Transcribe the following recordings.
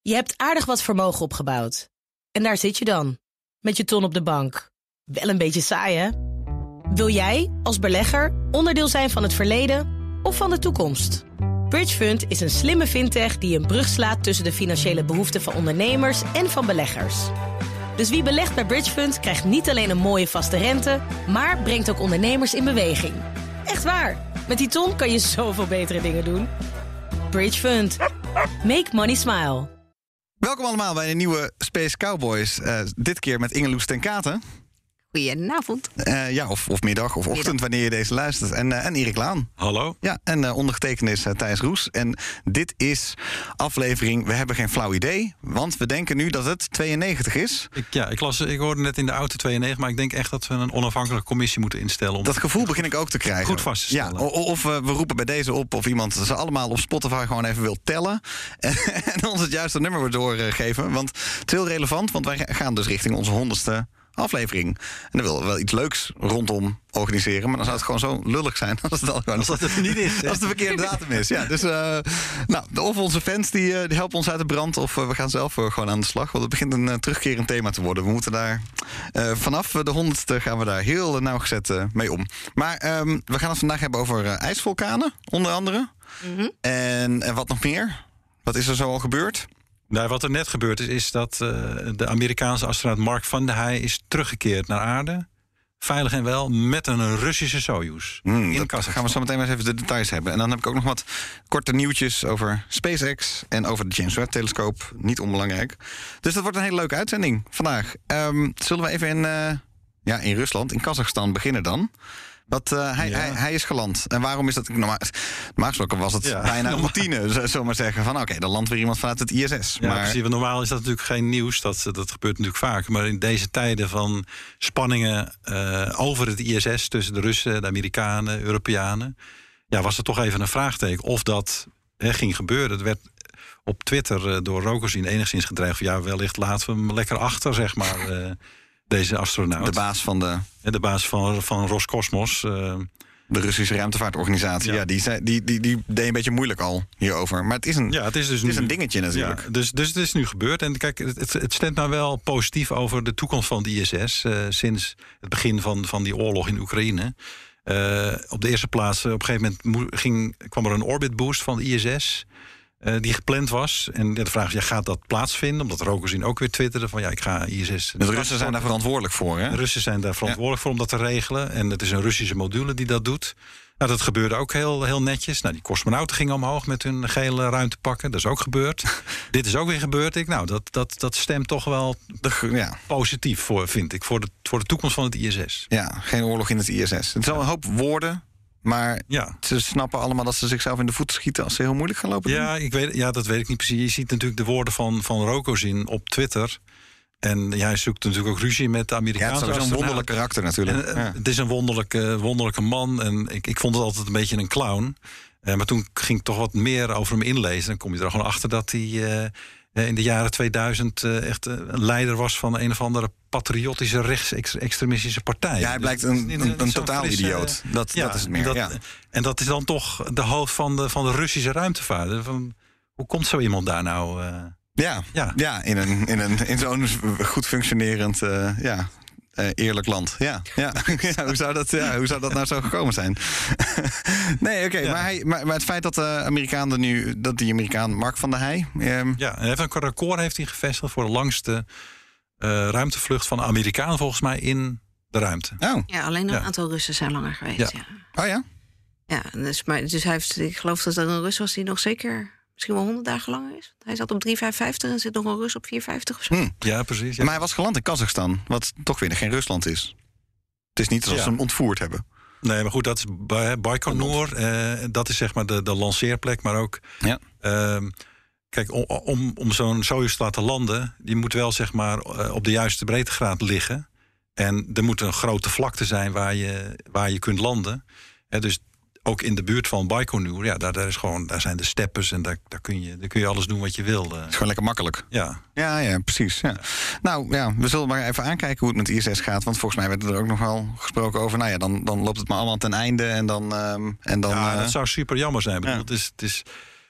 Je hebt aardig wat vermogen opgebouwd. En daar zit je dan, met je ton op de bank. Wel een beetje saai, hè? Wil jij, als belegger, onderdeel zijn van het verleden of van de toekomst? Bridgefund is een slimme fintech die een brug slaat tussen de financiële behoeften van ondernemers en van beleggers. Dus wie belegt bij Bridgefund krijgt niet alleen een mooie vaste rente, maar brengt ook ondernemers in beweging. Echt waar, met die ton kan je zoveel betere dingen doen. Bridgefund. Make money smile. Welkom allemaal bij een nieuwe Space Cowboys. Dit keer met Ingeloes ten Katen. Goedenavond. Of middag of ochtend, wanneer je deze luistert. En Erik Laan. Hallo. Ja, en ondergetekend is Thijs Roes. En dit is aflevering, we hebben geen flauw idee. Want we denken nu dat het 92 is. Ik hoorde net in de auto 92, maar ik denk echt dat we een onafhankelijke commissie moeten instellen. Dat gevoel begin ik ook te krijgen. Goed vast te stellen. Ja, of we roepen bij deze op of iemand ze allemaal op Spotify gewoon even wil tellen. En ons het juiste nummer weer doorgeven. Want het is heel relevant, want wij gaan dus richting onze 100ste aflevering. En dan willen we wel iets leuks rondom organiseren. Maar dan zou het gewoon zo lullig zijn als het dan gewoon als dat het niet is. Als de verkeerde datum is. Ja, dus of onze fans die helpen ons uit de brand, of we gaan zelf gewoon aan de slag. Want het begint een terugkerend thema te worden. We moeten daar vanaf de 100ste gaan we daar heel nauwgezet mee om. Maar we gaan het vandaag hebben over ijsvulkanen, onder andere. Mm-hmm. En wat nog meer? Wat is er zo al gebeurd? Nou, wat er net gebeurd is dat de Amerikaanse astronaut Mark van der Heij is teruggekeerd naar aarde. Veilig en wel, met een Russische Soyuz. In Kazachstan. Gaan we zo meteen maar eens even de details hebben. En dan heb ik ook nog wat korte nieuwtjes over SpaceX en over de James Webb-telescoop. Niet onbelangrijk. Dus dat wordt een hele leuke uitzending vandaag. Zullen we even in Rusland, in Kazachstan beginnen dan? Hij is geland. En waarom is dat? Normaal gesproken was het bijna routine, zullen we maar zeggen. Van oké, dan landt weer iemand vanuit het ISS. Ja, precies. Want normaal is dat natuurlijk geen nieuws. Dat gebeurt natuurlijk vaak. Maar in deze tijden van spanningen over het ISS tussen de Russen, de Amerikanen, Europeanen, was er toch even een vraagteken of dat ging gebeuren. Het werd op Twitter door Rogozin enigszins gedreigd van wellicht laten we hem lekker achter, zeg maar. Deze astronaut. De baas van Roscosmos. De Russische ruimtevaartorganisatie. Ja, die deed een beetje moeilijk al hierover. Maar het is een dingetje natuurlijk. Ja, dus het is nu gebeurd. En kijk, het stemt nou wel positief over de toekomst van de ISS. Sinds het begin van die oorlog in Oekraïne. Op de eerste plaats, op een gegeven moment kwam er een orbit boost van de ISS. Die gepland was. En de vraag is, gaat dat plaatsvinden? Omdat Rogozin ook weer twitterde van ik ga ISS. De Russen zijn daar verantwoordelijk voor, hè? De Russen zijn daar verantwoordelijk voor om dat te regelen. En het is een Russische module die dat doet. Nou, dat gebeurde ook heel netjes. Nou, die cosmonauten gingen omhoog met hun gele ruimtepakken. Dat is ook gebeurd. Dit is ook weer gebeurd. Dat stemt toch wel positief voor, vind ik. Voor de toekomst van het ISS. Ja, geen oorlog in het ISS. Het is al een hoop woorden. Maar ze snappen allemaal dat ze zichzelf in de voeten schieten als ze heel moeilijk gaan lopen doen? Dat weet ik niet precies. Je ziet natuurlijk de woorden van Rogozin op Twitter. En hij zoekt natuurlijk ook ruzie met de Amerikaanse astronaut. Het is een wonderlijk karakter natuurlijk. Het is een wonderlijke man. En ik vond het altijd een beetje een clown. Maar toen ging ik toch wat meer over hem inlezen. Dan kom je er gewoon achter dat hij in de jaren 2000 echt een leider was van een of andere patriotische rechtsextremistische partij. Ja, hij blijkt een totaal idioot. Dat is het meer. En dat is dan toch de hoofd van de Russische ruimtevaart. Hoe komt zo iemand daar nou? In zo'n goed functionerend eerlijk land. Ja. Hoe zou dat nou zo gekomen zijn? Nee, oké. Maar het feit dat die Amerikaan Mark van der Heij... hij heeft een record gevestigd voor de langste ruimtevlucht van de Amerikaan volgens mij in de ruimte. Oh. Ja, alleen een aantal Russen zijn langer geweest. Ja. Oh ja? Ja, dus hij heeft, ik geloof dat er een Rus was die nog zeker misschien wel 100 dagen langer is. Hij zat op 3,55 en zit nog een Rus op 4,50 of zo. Ja, precies. Ja. Maar hij was geland in Kazachstan, wat toch weer geen Rusland is. Het is niet alsof ze hem ontvoerd hebben. Nee, maar goed, dat is Baikonur. Dat is zeg maar de lanceerplek, maar ook... Ja. Kijk, om zo'n Soyuz te laten landen, die moet wel zeg maar op de juiste breedtegraad liggen. En er moet een grote vlakte zijn waar je kunt landen. Dus ook in de buurt van Baikonur, daar zijn de steppes en daar kun je alles doen wat je wil. Het is gewoon lekker makkelijk. Ja, precies. Ja. Nou ja, we zullen maar even aankijken hoe het met ISS gaat. Want volgens mij werd er ook nog wel gesproken over, dan loopt het maar allemaal ten einde en dan. Dat zou super jammer zijn. Ja. Het is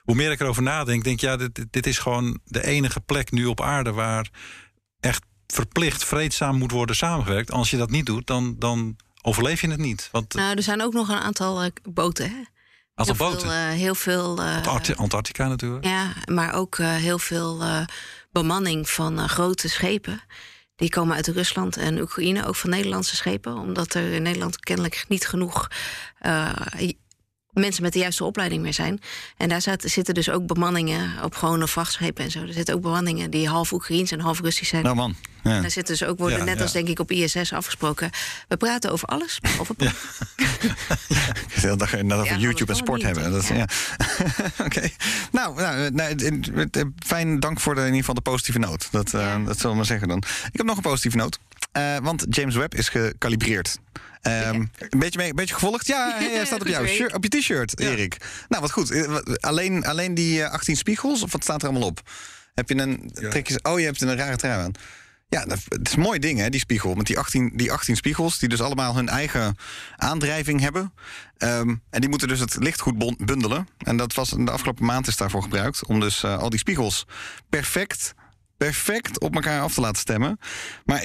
hoe meer ik erover nadenk, denk dit is gewoon de enige plek nu op aarde waar echt verplicht vreedzaam moet worden samengewerkt. Als je dat niet doet, dan overleef je het niet. Want, er zijn ook nog een aantal boten, hè? Aantal boten? Heel veel... Antarctica natuurlijk. Ja, maar ook heel veel bemanning van grote schepen. Die komen uit Rusland en Oekraïne, ook van Nederlandse schepen. Omdat er in Nederland kennelijk niet genoeg mensen met de juiste opleiding meer zijn. En daar zitten dus ook bemanningen op gewone vrachtschepen en zo. Er zitten ook bemanningen die half Oekraïens en half Russisch zijn. Nou man. Ja. Daar zitten dus ook, worden net als denk ik op ISS afgesproken. We praten over alles, behalve Ja. De hele dag over YouTube en sport hebben. Dat, Oké. Nou, fijn dank voor in ieder geval de positieve noot. Dat zullen we maar zeggen dan. Ik heb nog een positieve noot. Want James Webb is gekalibreerd. Een beetje gevolgd? Ja, hij staat op jou. Op je t-shirt, Erik. Nou, wat goed. Alleen die 18 spiegels? Of wat staat er allemaal op? Heb je een trekje? Oh, je hebt een rare trui aan. Ja, het is een mooi ding, hè, die spiegel. Met die 18 spiegels, die dus allemaal hun eigen aandrijving hebben. En die moeten dus het licht goed bundelen. En dat was de afgelopen maand is daarvoor gebruikt. Om dus al die spiegels perfect op elkaar af te laten stemmen. Maar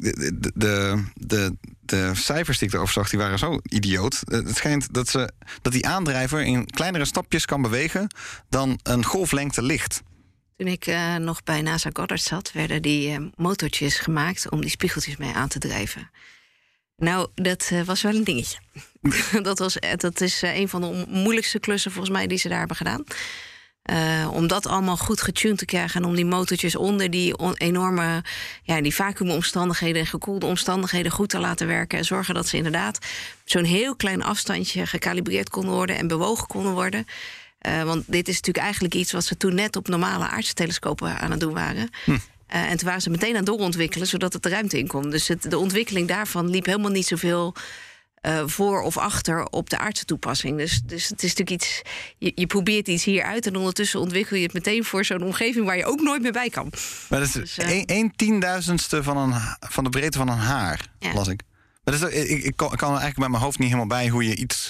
de cijfers die ik erover zag, die waren zo idioot. Het schijnt dat die aandrijver in kleinere stapjes kan bewegen dan een golflengte licht. Toen ik nog bij NASA Goddard zat, werden die motortjes gemaakt om die spiegeltjes mee aan te drijven. Nou, dat was wel een dingetje. Dat is een van de moeilijkste klussen volgens mij die ze daar hebben gedaan. Om dat allemaal goed getuned te krijgen en om die motortjes onder die enorme die vacuümomstandigheden en gekoelde omstandigheden goed te laten werken en zorgen dat ze inderdaad zo'n heel klein afstandje gekalibreerd konden worden en bewogen konden worden. Want dit is natuurlijk eigenlijk iets wat ze toen net op normale aardse telescopen aan het doen waren. En toen waren ze meteen aan het doorontwikkelen, zodat het de ruimte in kon. Dus de ontwikkeling daarvan liep helemaal niet zoveel voor of achter op de aardse toepassing. Dus het is natuurlijk iets, je probeert iets hier uit en ondertussen ontwikkel je het meteen voor zo'n omgeving waar je ook nooit meer bij kan. Maar dat is 1/10.000ste van de breedte van een haar, las ik. Maar dat is, ik kan eigenlijk met mijn hoofd niet helemaal bij hoe je iets...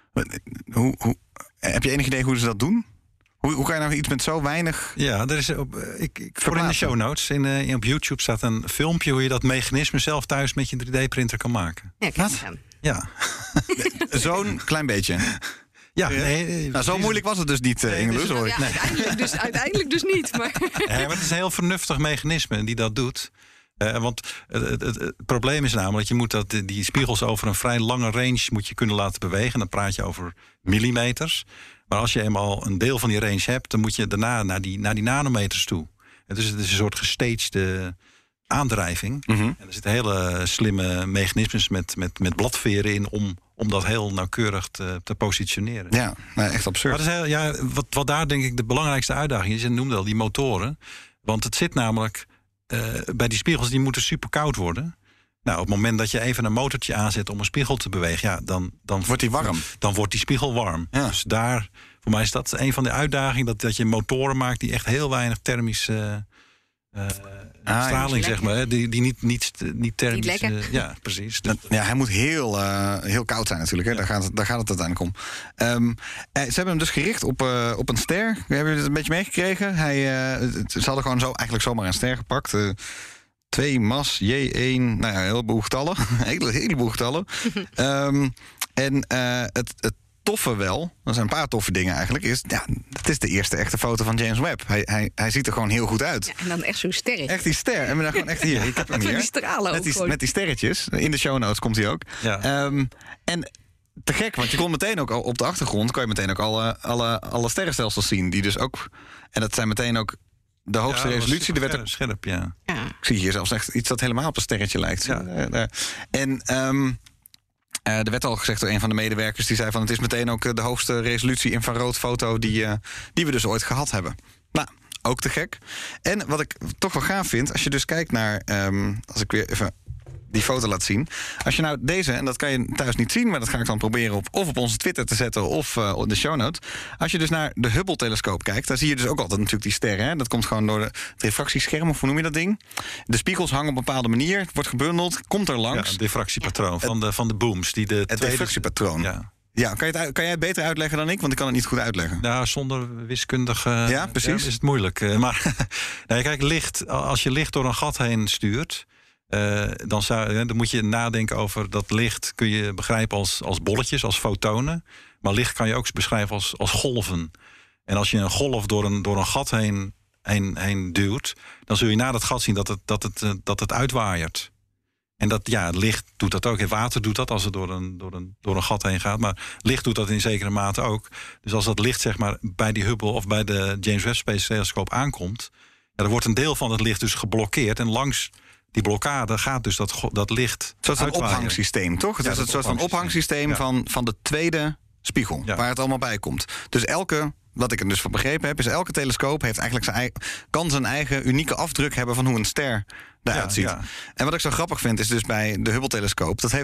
Heb je enig idee hoe ze dat doen? Hoe kan je nou iets met zo weinig... Ja, er is voor in de show notes. Op YouTube staat een filmpje hoe je dat mechanisme zelf thuis met je 3D-printer kan maken. Ja, wat? Ja. Zo'n klein beetje. Ja, nee, nou, zo moeilijk was het dus niet, Ingeloes, hoor ik. Uiteindelijk dus niet. Maar maar het is een heel vernuftig mechanisme die dat doet. Want het probleem is namelijk, je moet die spiegels over een vrij lange range moet je kunnen laten bewegen. Dan praat je over millimeters. Maar als je eenmaal een deel van die range hebt, dan moet je daarna naar die nanometers toe. Dus het is een soort gestaged aandrijving. En er zitten hele slimme mechanismes met bladveren in om dat heel nauwkeurig te positioneren. Ja, echt absurd. Maar wat daar denk ik de belangrijkste uitdaging is, en noemde al die motoren. Want het zit namelijk bij die spiegels, die moeten super koud worden. Nou, op het moment dat je even een motortje aanzet om een spiegel te bewegen, dan wordt die warm. Dan wordt die spiegel warm. Ja. Dus daar, voor mij is dat een van de uitdagingen, dat je motoren maakt die echt heel weinig thermische straling, zeg maar. Die niet thermisch... ja, precies. Hij moet heel koud zijn natuurlijk. Hè? Ja. Daar gaat het uiteindelijk om. Ze hebben hem dus gericht op een ster. Hebben jullie het een beetje meegekregen? Ze hadden gewoon eigenlijk zomaar een ster gepakt. 2 mas, J1, nou ja, een heleboel getallen. Een heleboel getallen. Het toffe wel, er zijn een paar toffe dingen eigenlijk, is, het is de eerste echte foto van James Webb. Hij ziet er gewoon heel goed uit. Ja, en dan echt zo'n sterretje. Echt die ster. En dan gewoon echt hier. Ik heb hem hier. Die stralen ook met die sterretjes. In de show notes komt hij ook. Ja. En te gek, want je kon meteen ook op de achtergrond kan je meteen ook alle sterrenstelsels zien. Die dus ook, en dat zijn meteen ook de hoogste resolutie. Er werd scherp, ja. Ik zie hier zelfs echt iets dat helemaal op een sterretje lijkt. Ja. Er werd al gezegd door een van de medewerkers, die zei van het is meteen ook de hoogste resolutie infraroodfoto die we dus ooit gehad hebben. Nou, ook te gek. En wat ik toch wel gaaf vind, als je dus kijkt naar, als ik weer even die foto laat zien. Als je nou deze, en dat kan je thuis niet zien, maar dat ga ik dan proberen op onze Twitter te zetten of op de show notes. Als je dus naar de Hubble-telescoop kijkt, dan zie je dus ook altijd natuurlijk die sterren. Hè? Dat komt gewoon door het refractiescherm, of hoe noem je dat ding? De spiegels hangen op een bepaalde manier, het wordt gebundeld, komt er langs. Ja, een diffractiepatroon van de booms. Het refractiepatroon. Ja, kan jij het beter uitleggen dan ik? Want ik kan het niet goed uitleggen. Nou, zonder wiskundige... Ja, precies. Is het moeilijk. Maar nee, kijk, licht, als je licht door een gat heen stuurt... dan moet je nadenken over dat licht kun je begrijpen als bolletjes, als fotonen. Maar licht kan je ook beschrijven als golven. En als je een golf door een gat heen duwt... dan zul je na dat gat zien dat het uitwaaiert. En het licht doet dat ook. Water doet dat als het door een gat heen gaat. Maar licht doet dat in zekere mate ook. Dus als dat licht zeg maar bij die Hubble of bij de James Webb Space Telescope aankomt... dan wordt een deel van het licht dus geblokkeerd. En langs die blokkade gaat dus dat licht een soort van ophangsysteem, toch? Het is een soort van ophangsysteem van de tweede spiegel, waar het allemaal bij komt. Dus wat ik er dus van begrepen heb, is elke telescoop heeft eigenlijk kan zijn eigen unieke afdruk hebben van hoe een ster eruit ziet. Ja. En wat ik zo grappig vind, is dus bij de Hubble-telescoop, die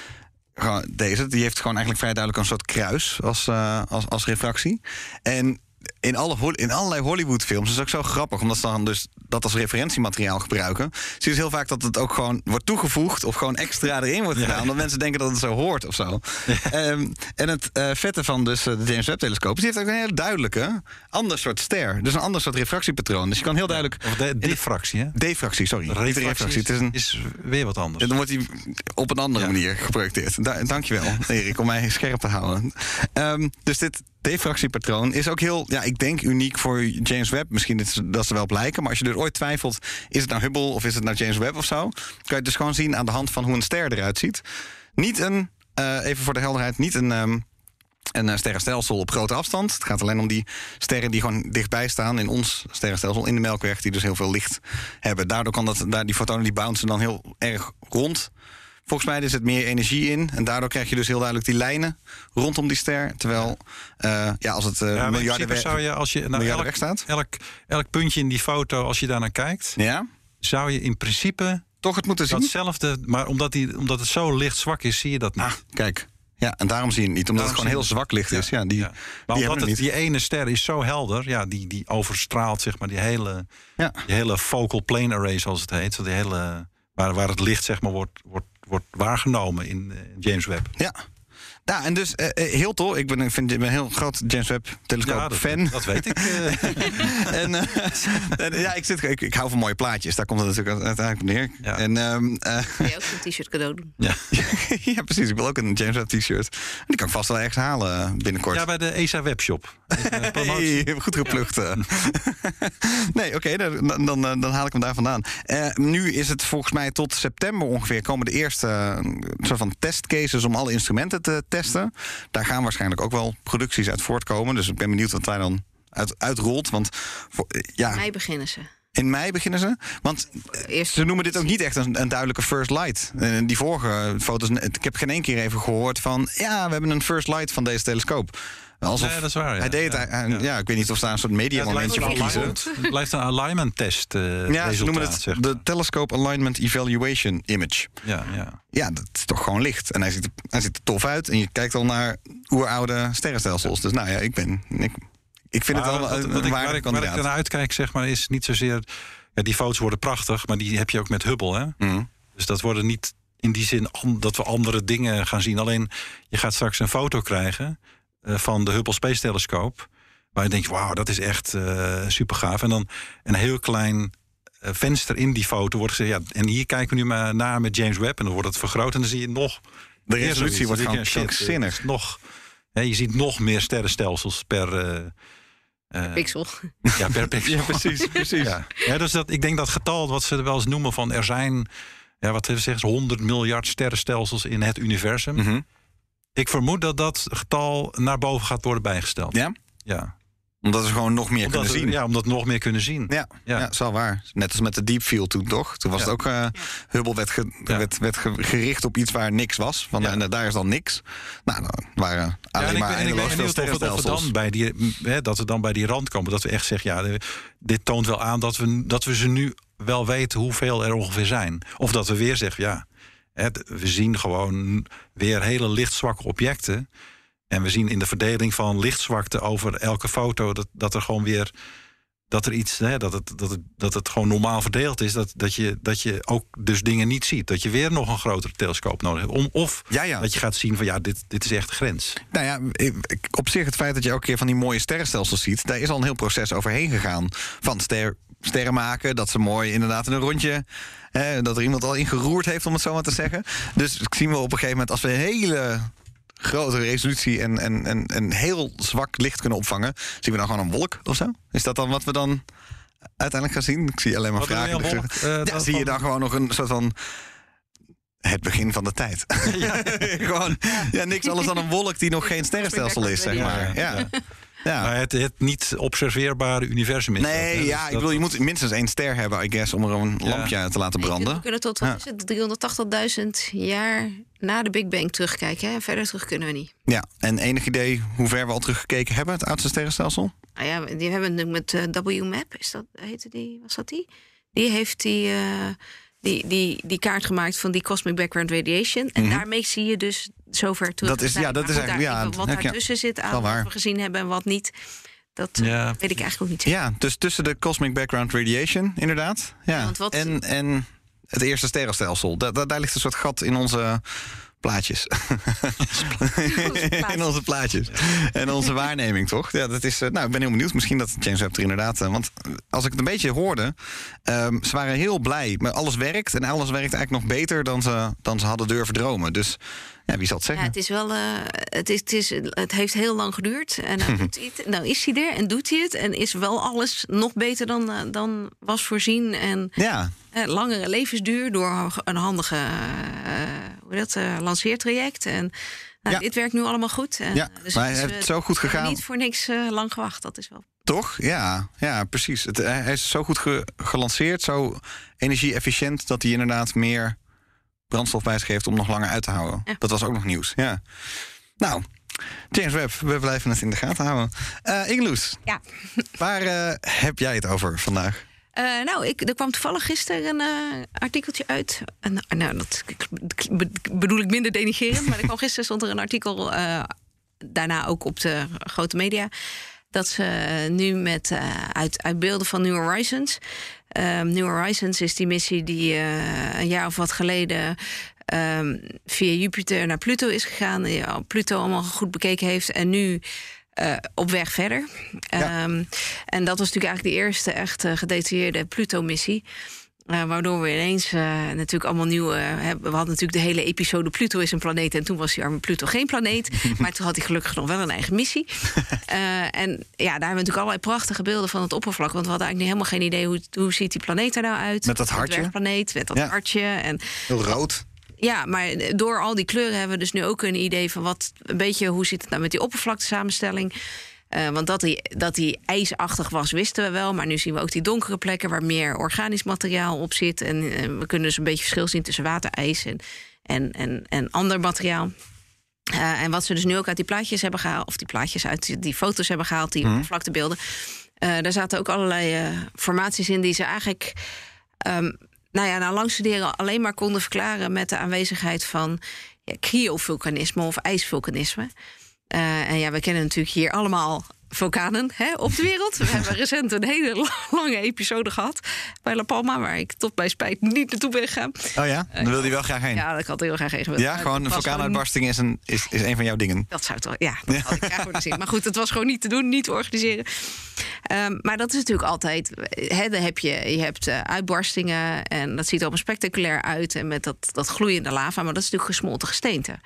heeft gewoon eigenlijk vrij duidelijk een soort kruis als refractie. En in allerlei Hollywoodfilms is het ook zo grappig, omdat ze dan dus dat als referentiemateriaal gebruiken. Zie je heel vaak dat het ook gewoon wordt toegevoegd of gewoon extra erin wordt gedaan, omdat mensen denken dat het zo hoort of zo. Ja. En het vette van dus de James Webb telescoop, die heeft ook een hele duidelijke ander soort ster. Dus een ander soort refractiepatroon. Dus je kan heel duidelijk... Of diffractie, hè? Diffractie, sorry. Refractie is weer wat anders. Dan wordt hij op een andere manier geprojecteerd. Dankjewel, Erik, om mij scherp te houden. Dus dit diffractiepatroon is ook heel, ik denk uniek voor James Webb. Misschien dat ze wel blijken, maar als je dus ooit twijfelt, is het nou Hubble of is het nou James Webb of zo, kan je het dus gewoon zien aan de hand van hoe een ster eruit ziet. Niet even voor de helderheid, niet een sterrenstelsel op grote afstand. Het gaat alleen om die sterren die gewoon dichtbij staan in ons sterrenstelsel, in de Melkweg, die dus heel veel licht hebben. Daardoor kan die fotonen die bouncen dan heel erg rond. Volgens mij is het meer energie in. En daardoor krijg je dus heel duidelijk die lijnen rondom die ster. Terwijl als het miljarden weg staat. Elk puntje in die foto, als je daar naar kijkt, zou je in principe toch het moeten zien. Datzelfde, maar omdat het zo lichtzwak is, zie je dat niet. Kijk. Ja, en daarom zie je het niet. Omdat het gewoon heel zwak licht is. Ja, maar omdat die ene ster is zo helder, die overstraalt zeg maar die hele focal plane array, zoals het heet. Die hele, waar het licht zeg maar wordt waargenomen in James Webb. Ja. Ja, en dus heel tof. Ik ben een heel groot James Webb telescoop fan. Dat weet ik. Ik hou van mooie plaatjes. Daar komt het natuurlijk uiteindelijk neer. Ja. En kun je ook een t-shirt cadeau doen? Ja. Ja, precies. Ik wil ook een James Webb t-shirt. Die kan ik vast wel ergens halen binnenkort. Ja, bij de ESA webshop. Hey, goed geplukt. Nee, oké, dan haal ik hem daar vandaan. Nu is het volgens mij tot september ongeveer komen de eerste soort van testcases om alle instrumenten te testen. Daar gaan waarschijnlijk ook wel producties uit voortkomen. Dus ik ben benieuwd wat daar dan uitrolt. Want in mei beginnen ze. In mei beginnen ze? Want ze noemen dit ook niet echt een duidelijke first light. Die vorige foto's, ik heb geen één keer even gehoord van we hebben een first light van deze telescoop. Alsof dat is waar, hij deed het. Ik weet niet of ze daar een soort mediamomentje voor kiezen. Het blijft een alignment test. Ze noemen het de Telescope Alignment Evaluation Image. Ja, dat is toch gewoon licht. En hij ziet er tof uit. En je kijkt al naar oeroude sterrenstelsels. Dus ik vind het wel een waardige kandidaat. Waar ik naar uitkijk, zeg maar, is niet zozeer... Ja, die foto's worden prachtig, maar die heb je ook met Hubble, hè? Mm. Dus dat worden niet in die zin dat we andere dingen gaan zien. Alleen, je gaat straks een foto krijgen van de Hubble Space Telescope, waar je denkt, wauw, dat is echt super gaaf. En dan een heel klein venster in die foto wordt gezegd, en hier kijken we nu maar naar met James Webb, en dan wordt het vergroot en dan zie je nog... De resolutie wordt gewoon krankzinnig. Je ziet nog meer sterrenstelsels per... pixel. Ja, per pixel. Ja, precies. Ja, dus ik denk dat getal wat ze wel eens noemen van er zijn... wat zeggen ze, 100 miljard sterrenstelsels in het universum. Mm-hmm. Ik vermoed dat getal naar boven gaat worden bijgesteld. Ja? Ja. Omdat we gewoon nog meer kunnen zien. Ja, omdat we nog meer kunnen zien. Ja, dat is wel waar. Net als met de Deep Field toen, toch? Toen was het ook... Hubble werd gericht op iets waar niks was. En daar is dan niks. Nou, dan waren alleen maar eindeloos veel sterrenstelsels. Dat we dan bij die rand komen. Dat we echt zeggen, dit toont wel aan dat we ze nu wel weten hoeveel er ongeveer zijn. Of dat we weer zeggen, we zien gewoon weer hele lichtzwakke objecten. En we zien in de verdeling van lichtzwakte over elke foto dat er gewoon weer dat er iets, dat het gewoon normaal verdeeld is, dat je ook dus dingen niet ziet. Dat je weer nog een grotere telescoop nodig hebt. Dat je gaat zien van dit is echt de grens. Nou ja, op zich het feit dat je elke keer van die mooie sterrenstelsels ziet, daar is al een heel proces overheen gegaan. Van sterren maken, dat ze mooi inderdaad in een rondje, dat er iemand al in geroerd heeft, om het zo maar te zeggen. Dus zien we op een gegeven moment, als we een hele grote resolutie en heel zwak licht kunnen opvangen, zien we dan gewoon een wolk of zo? Is dat dan wat we dan uiteindelijk gaan zien? Ik zie alleen maar vragen. Zie je dan gewoon nog een soort van het begin van de tijd. Ja. Gewoon niks anders dan een wolk die nog geen sterrenstelsel is, zeg maar. Ja. Ja. Maar het niet observeerbare universum is. Nee, dat, ik bedoel, je moet minstens 1 ster hebben, I guess, om er een lampje te laten branden. We kunnen tot 380.000 jaar na de Big Bang terugkijken. Hè? Verder terug kunnen we niet. Ja, en enig idee hoe ver we al teruggekeken hebben, het oudste sterrenstelsel? Nou ja, die hebben het met WMAP, was dat die? Die heeft die kaart gemaakt van die cosmic background radiation. En daarmee zie je dus zover terug. Dat is eigenlijk wat daartussen zit aan wat we gezien hebben en wat niet. Dat weet ik eigenlijk ook niet. Ja, dus tussen de cosmic background radiation, inderdaad. Ja. En het eerste sterrenstelsel. Daar ligt een soort gat in onze plaatjes. In onze plaatjes. En onze waarneming, toch? Ja, dat is. Ik ben heel benieuwd. Misschien dat James Webb er inderdaad. Want als ik het een beetje hoorde, ze waren heel blij. Maar alles werkt. En alles werkt eigenlijk nog beter dan ze hadden durven dromen. Dus ja, wie zal het zeggen? Ja, het is wel. Het heeft heel lang geduurd. En nou is hij er en doet hij het. En is wel alles nog beter dan was voorzien. En langere levensduur door een handige lanceertraject. En dit werkt nu allemaal goed. En, dus maar het is zo goed gegaan. Niet voor niks lang gewacht, dat is wel. Toch? Ja, precies. Hij is zo goed gelanceerd, zo energie-efficiënt, dat hij inderdaad meer brandstof bij zich geeft om nog langer uit te houden. Ja. Dat was ook nog nieuws. Ja. Nou, James Webb, we blijven het in de gaten houden. Ingeloes, waar heb jij het over vandaag? Er kwam toevallig gisteren een artikeltje uit. Dat bedoel ik minder denigrerend. Maar gisteren stond er een artikel, daarna ook op de grote media, dat ze nu uit beelden van New Horizons. New Horizons is die missie die een jaar of wat geleden via Jupiter naar Pluto is gegaan. Die Pluto allemaal goed bekeken heeft. En nu op weg verder. En dat was natuurlijk eigenlijk de eerste echt gedetailleerde Pluto-missie. Waardoor we ineens natuurlijk allemaal nieuw hebben. We hadden natuurlijk de hele episode Pluto is een planeet. En toen was die arme Pluto geen planeet. Maar toen had hij gelukkig nog wel een eigen missie. En daar hebben we natuurlijk allerlei prachtige beelden van het oppervlak. Want we hadden eigenlijk helemaal geen idee hoe ziet die planeet er nou uit. Met dat hartje. Het dwergplaneet, met dat hartje. En heel rood. Ja, maar door al die kleuren hebben we dus nu ook een idee van een beetje hoe zit het nou met die oppervlaktesamenstelling. Want dat die ijsachtig was, wisten we wel. Maar nu zien we ook die donkere plekken waar meer organisch materiaal op zit. En we kunnen dus een beetje verschil zien tussen waterijs en ander materiaal. En wat ze dus nu ook uit die plaatjes hebben gehaald, of die plaatjes uit die foto's hebben gehaald, die oppervlaktebeelden. Daar zaten ook allerlei formaties in die ze eigenlijk na lang studeren alleen maar konden verklaren met de aanwezigheid van cryovulkanisme of ijsvulkanisme. En we kennen natuurlijk hier allemaal vulkanen op de wereld. We hebben recent een hele lange episode gehad bij La Palma, waar ik tot mijn spijt niet naartoe ben gegaan. Oh ja? Dan wil je wel graag heen. Ja, dat had ik heel graag heen gewild. Ja, gewoon een vulkaanuitbarsting is een van jouw dingen. Dat zou toch, dat had ik graag willen zien. Maar goed, het was gewoon niet te doen, niet te organiseren. Maar dat is natuurlijk altijd. Je hebt uitbarstingen en dat ziet er allemaal spectaculair uit. En met dat gloeiende lava, maar dat is natuurlijk gesmolten gesteente.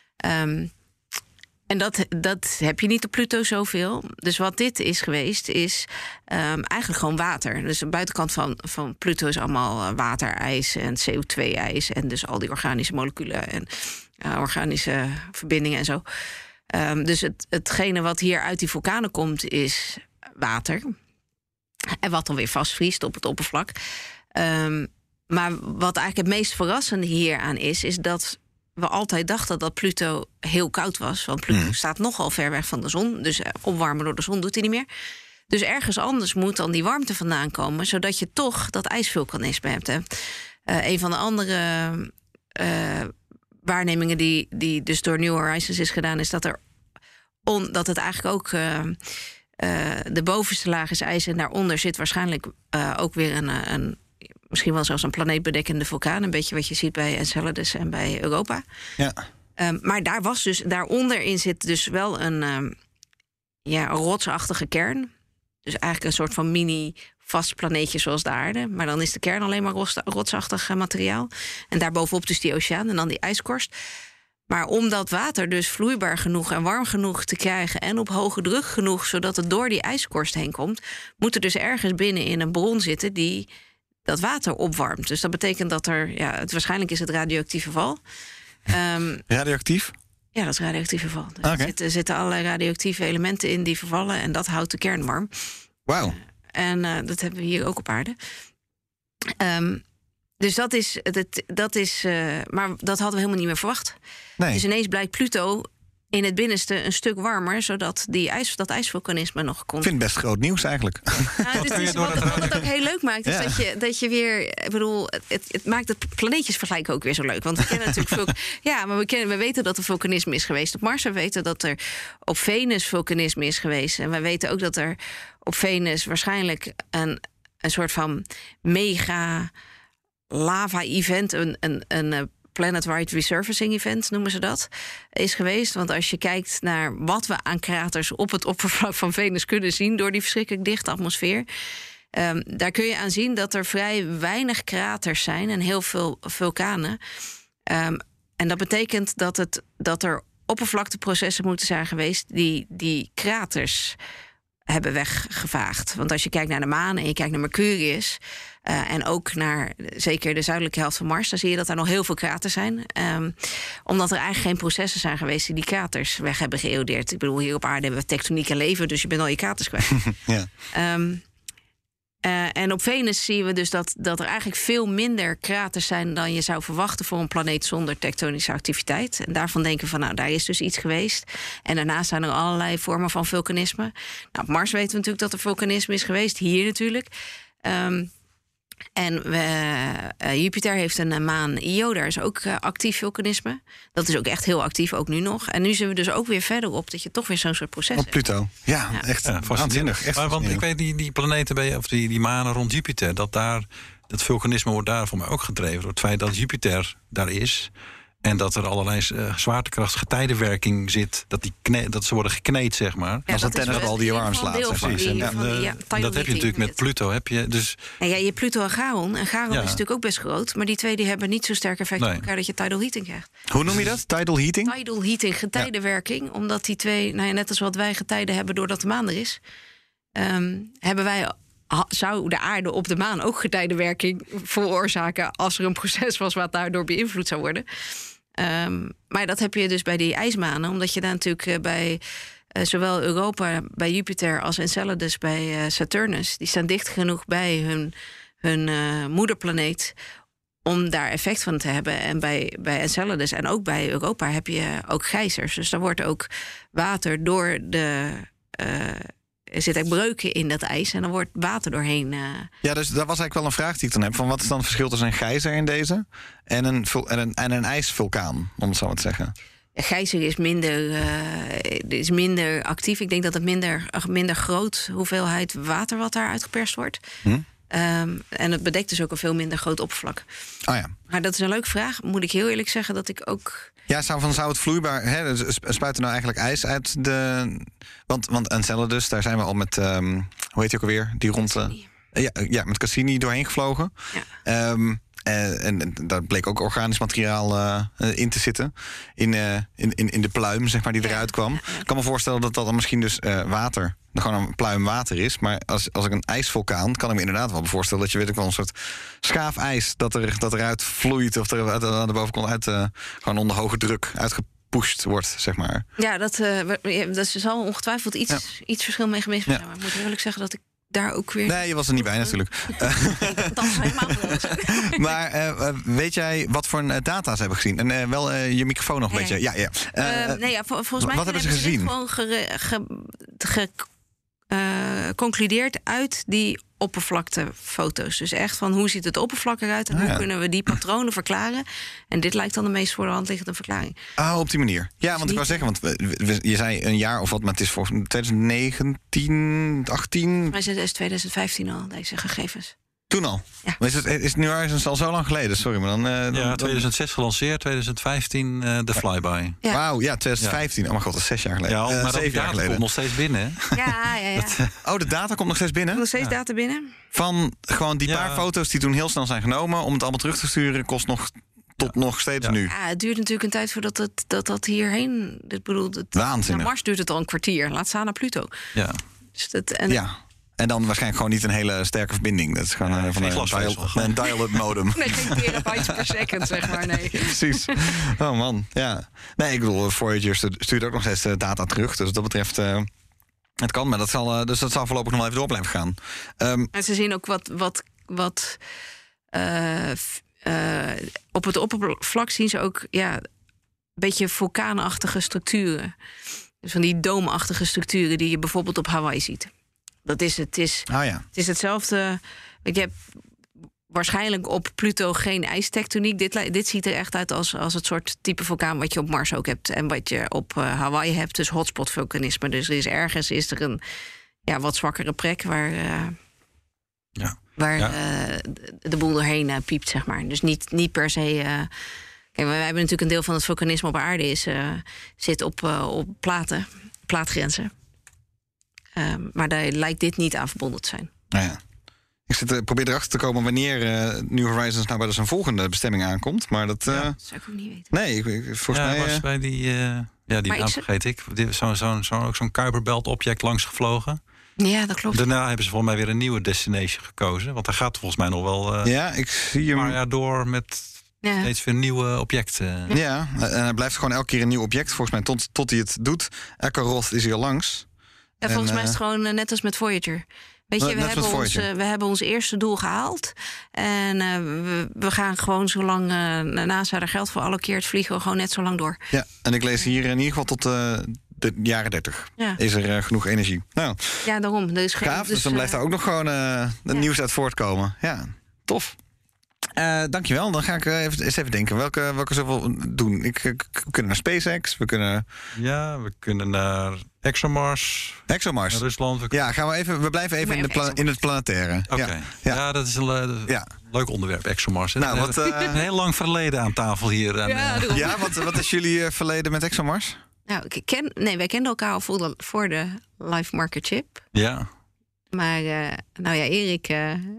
En dat heb je niet op Pluto zoveel. Dus wat dit is geweest, is eigenlijk gewoon water. Dus de buitenkant van Pluto is allemaal waterijs en CO2-ijs. En dus al die organische moleculen en organische verbindingen en zo. Dus hetgene wat hier uit die vulkanen komt, is water. En wat dan weer vastvriest op het oppervlak. Maar wat eigenlijk het meest verrassende hieraan is dat we altijd dachten dat Pluto heel koud was. Want Pluto staat nogal ver weg van de zon. Dus opwarmen door de zon doet hij niet meer. Dus ergens anders moet dan die warmte vandaan komen, zodat je toch dat ijsvulkanisme hebt. Hè. Een van de andere waarnemingen die dus door New Horizons is gedaan, is dat het eigenlijk ook De bovenste laag is ijs en daaronder zit waarschijnlijk ook weer een misschien wel zelfs een planeetbedekkende vulkaan. Een beetje wat je ziet bij Enceladus en bij Europa. Ja. Maar daaronder zit dus wel een rotsachtige kern. Dus eigenlijk een soort van mini-vast planeetje zoals de aarde. Maar dan is de kern alleen maar rotsachtig materiaal. En daarbovenop dus die oceaan en dan die ijskorst. Maar om dat water dus vloeibaar genoeg en warm genoeg te krijgen... en op hoge druk genoeg, zodat het door die ijskorst heen komt... moet er dus ergens binnen in een bron zitten die dat water opwarmt. Dus dat betekent dat waarschijnlijk is het radioactieve val. Radioactief? Ja, dat is radioactieve val. Dus er zitten allerlei radioactieve elementen in die vervallen... en dat houdt de kern warm. Wauw. En dat hebben we hier ook op aarde. Dus dat is maar dat hadden we helemaal niet meer verwacht. Nee. Dus ineens blijkt Pluto in het binnenste een stuk warmer... zodat dat ijsvulkanisme nog kon. Ik vind het best groot nieuws eigenlijk. Wat het ook heel leuk maakt, is dat je weer... Ik bedoel, het maakt het planeetjesvergelijken ook weer zo leuk. Want we kennen natuurlijk we weten dat er vulkanisme is geweest op Mars. We weten dat er op Venus vulkanisme is geweest. En we weten ook dat er op Venus waarschijnlijk een soort van mega lava-event... een planet-wide resurfacing event noemen ze dat, is geweest. Want als je kijkt naar wat we aan kraters op het oppervlak van Venus kunnen zien... door die verschrikkelijk dichte atmosfeer... daar kun je aan zien dat er vrij weinig kraters zijn en heel veel vulkanen. En dat betekent dat er oppervlakteprocessen moeten zijn geweest... die kraters hebben weggevaagd. Want als je kijkt naar de maan en je kijkt naar Mercurius... en ook naar zeker de zuidelijke helft van Mars... dan zie je dat er nog heel veel kraters zijn. Omdat er eigenlijk geen processen zijn geweest... die kraters weg hebben geërodeerd. Ik bedoel, hier op aarde hebben we tektoniek en leven... dus je bent al je kraters kwijt. Ja. En op Venus zien we dus dat er eigenlijk veel minder kraters zijn... dan je zou verwachten voor een planeet zonder tektonische activiteit. En daarvan denken we van, daar is dus iets geweest. En daarnaast zijn er allerlei vormen van vulkanisme. Nou, op Mars weten we natuurlijk dat er vulkanisme is geweest. Hier natuurlijk. En Jupiter heeft een maan Io, daar is ook actief vulkanisme. Dat is ook echt heel actief, ook nu nog. En nu zijn we dus ook weer verder op dat je toch weer zo'n soort proces hebt. Op Pluto, ja. Echt waanzinnig. Maar want ik weet, die planeten, of die manen rond Jupiter... dat vulkanisme wordt daar voor mij ook gedreven... door het feit dat Jupiter daar is... en dat er allerlei zwaartekracht getijdenwerking zit... dat ze worden gekneed, zeg maar. Als een tennisbal die je warm slaat. Dat heb je natuurlijk met Pluto. Je Pluto en Charon. En Charon is natuurlijk ook best groot. Maar die twee die hebben niet zo sterk effect op elkaar... dat je tidal heating krijgt. Hoe noem je dat? Tidal heating? Tidal heating, getijdenwerking. Omdat die twee, net als wat wij getijden hebben... doordat de maan er is... zou de aarde op de maan ook getijdenwerking veroorzaken... als er een proces was wat daardoor beïnvloed zou worden. Maar dat heb je dus bij die ijsmanen. Omdat je daar natuurlijk bij zowel Europa, bij Jupiter... als Enceladus bij Saturnus... die staan dicht genoeg bij hun moederplaneet... om daar effect van te hebben. En bij Enceladus en ook bij Europa heb je ook gijzers. Dus daar wordt ook water door de... er zitten breuken in dat ijs en er wordt water doorheen. Ja, dus dat was eigenlijk wel een vraag die ik dan heb. Van wat is dan het verschil tussen een gijzer in deze en een ijsvulkaan, om het zo maar te zeggen? Een gijzer is minder actief. Ik denk dat het minder groot hoeveelheid water wat daar uitgeperst wordt. En het bedekt dus ook een veel minder groot oppervlak. Oh ja. Maar dat is een leuke vraag. Moet ik heel eerlijk zeggen dat ik ook... Ja, zou het vloeibaar... spuit er nou eigenlijk ijs uit de... Want Enceladus, daar zijn we al met... hoe heet die ook alweer? Die rond... met Cassini doorheen gevlogen. Ja. En daar bleek ook organisch materiaal in te zitten. In de pluim, zeg maar, die eruit kwam. Ja. Ik kan me voorstellen dat dan misschien dus water... gewoon een pluim water is. Maar als ik een ijsvulkaan... kan ik me inderdaad wel voorstellen... dat je wel een soort schaafijs... dat eruit vloeit of er aan de bovenkant gewoon onder hoge druk uitgepusht wordt, zeg maar. Ja, dat zal ongetwijfeld iets verschil mee gemist zijn. Maar ik moet eerlijk zeggen dat ik daar ook weer... Nee, je was er niet bij natuurlijk. Dat is helemaal niet. Maar weet jij wat voor data ze hebben gezien? En wel je microfoon nog een beetje. Ja. Volgens mij hebben ze gewoon geconcludeerd uit die oppervlaktefoto's. Dus echt van hoe ziet het oppervlak eruit en hoe kunnen we die patronen verklaren. En dit lijkt dan de meest voor de hand liggende verklaring. Op die manier. Ja, want ik wou zeggen, want je zei een jaar of wat, maar het is voor 2019, 18. Maar het is 2015 al, deze gegevens. Toen al? Ja. Maar is New Horizons al zo lang geleden? Sorry, maar dan 2006 gelanceerd, 2015 de Flyby. Ja. Wauw, 2015. Oh mijn god, dat is 6 jaar geleden. Ja, maar 7 jaar geleden. Komt nog steeds binnen. Ja. De data komt nog steeds binnen? Nog steeds data binnen. Van gewoon die paar foto's die toen heel snel zijn genomen, om het allemaal terug te sturen, kost nog steeds nu. Ja, het duurt natuurlijk een tijd voordat dat hierheen... Waanzinnig. Naar Mars duurt het al een kwartier. Laat staan naar Pluto. Ja. Dus En dan waarschijnlijk gewoon niet een hele sterke verbinding. Dat is gewoon van een dial-up modem. Nee, geen terabytes per second, zeg maar. Nee. Precies. Oh man, ja. Nee, ik bedoel, Voyager stuurt ook nog steeds data terug. Dus wat dat betreft, het kan. Maar dat zal voorlopig nog wel even door blijven gaan. En ze zien ook wat op het oppervlak zien ze ook een beetje vulkaanachtige structuren. Dus van die doomachtige structuren die je bijvoorbeeld op Hawaii ziet. Dat is het. Het is hetzelfde. Je hebt waarschijnlijk op Pluto geen ijstectoniek. Dit ziet er echt uit als het soort type vulkaan wat je op Mars ook hebt. En wat je op Hawaii hebt. Dus hotspot vulkanisme. Dus er is ergens een wat zwakkere plek waar de boel doorheen piept, zeg maar. Dus niet per se... Kijk, we hebben natuurlijk een deel van het vulkanisme op aarde zit op plaatgrenzen. Maar daar lijkt dit niet aan verbonden te zijn. Ja. Ik probeer erachter te komen wanneer New Horizons nou bij zijn volgende bestemming aankomt. Maar dat zou ik ook niet weten. Nee, volgens mij... was bij die naam vergeet ik. Zo'n Kuiperbelt-object langs gevlogen. Ja, dat klopt. Daarna hebben ze volgens mij weer een nieuwe destination gekozen. Want daar gaat volgens mij nog wel ik zie hem... een paar jaar door met steeds weer nieuwe objecten. Ja, en hij blijft gewoon elke keer een nieuw object. Volgens mij tot hij het doet. Ekkaroth is hier langs. Ja, volgens mij is het gewoon net als met Voyager. Weet je, we hebben ons eerste doel gehaald. En we gaan gewoon zolang NASA er geld voor allokeert, vliegen we gewoon net zo lang door. Ja, en ik lees hier in ieder geval tot de jaren 30. Ja. Is er genoeg energie. Nou, ja, daarom. Dus dan blijft daar ook nog gewoon nieuws uit voortkomen. Ja, tof. Dankjewel. Dan ga ik even denken. Welke zullen we doen? We kunnen naar SpaceX. We kunnen naar ExoMars. Naar Rusland. We blijven even in het planetaire. Oké. Ja, dat is een leuk onderwerp, ExoMars. Nou, een heel lang verleden aan tafel hier. Wat is jullie verleden met ExoMars? Nou, wij kenden elkaar al voor de Life Marker Chip. Ja. Maar Erik...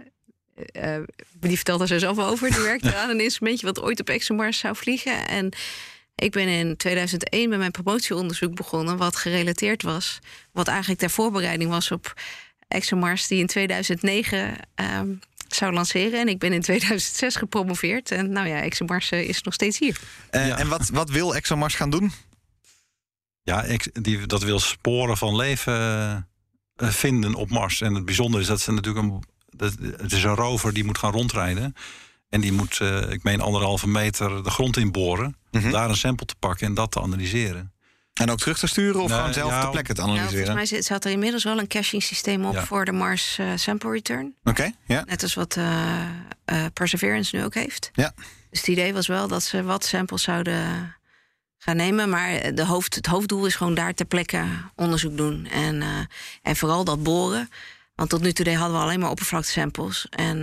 die vertelt er zo zelf over. Die werkte aan een instrumentje wat ooit op ExoMars zou vliegen. En ik ben in 2001 met mijn promotieonderzoek begonnen, wat gerelateerd was. Wat eigenlijk ter voorbereiding was op ExoMars, die in 2009 zou lanceren. En ik ben in 2006 gepromoveerd. En ExoMars is nog steeds hier. En wat wil ExoMars gaan doen? Ja, dat wil sporen van leven vinden op Mars. En het bijzondere is dat ze natuurlijk het is een rover die moet gaan rondrijden. En die moet, ik meen 1,5 meter de grond inboren. Om daar een sample te pakken en dat te analyseren. En ook terug te sturen of gewoon zelf ter plekke te analyseren? Volgens mij zat er inmiddels wel een caching systeem op voor de Mars Sample Return. Oké. Net als wat Perseverance nu ook heeft. Ja. Dus het idee was wel dat ze wat samples zouden gaan nemen. Maar het hoofddoel is gewoon daar ter plekke onderzoek doen. En vooral dat boren. Want tot nu toe hadden we alleen maar oppervlaktesamples. En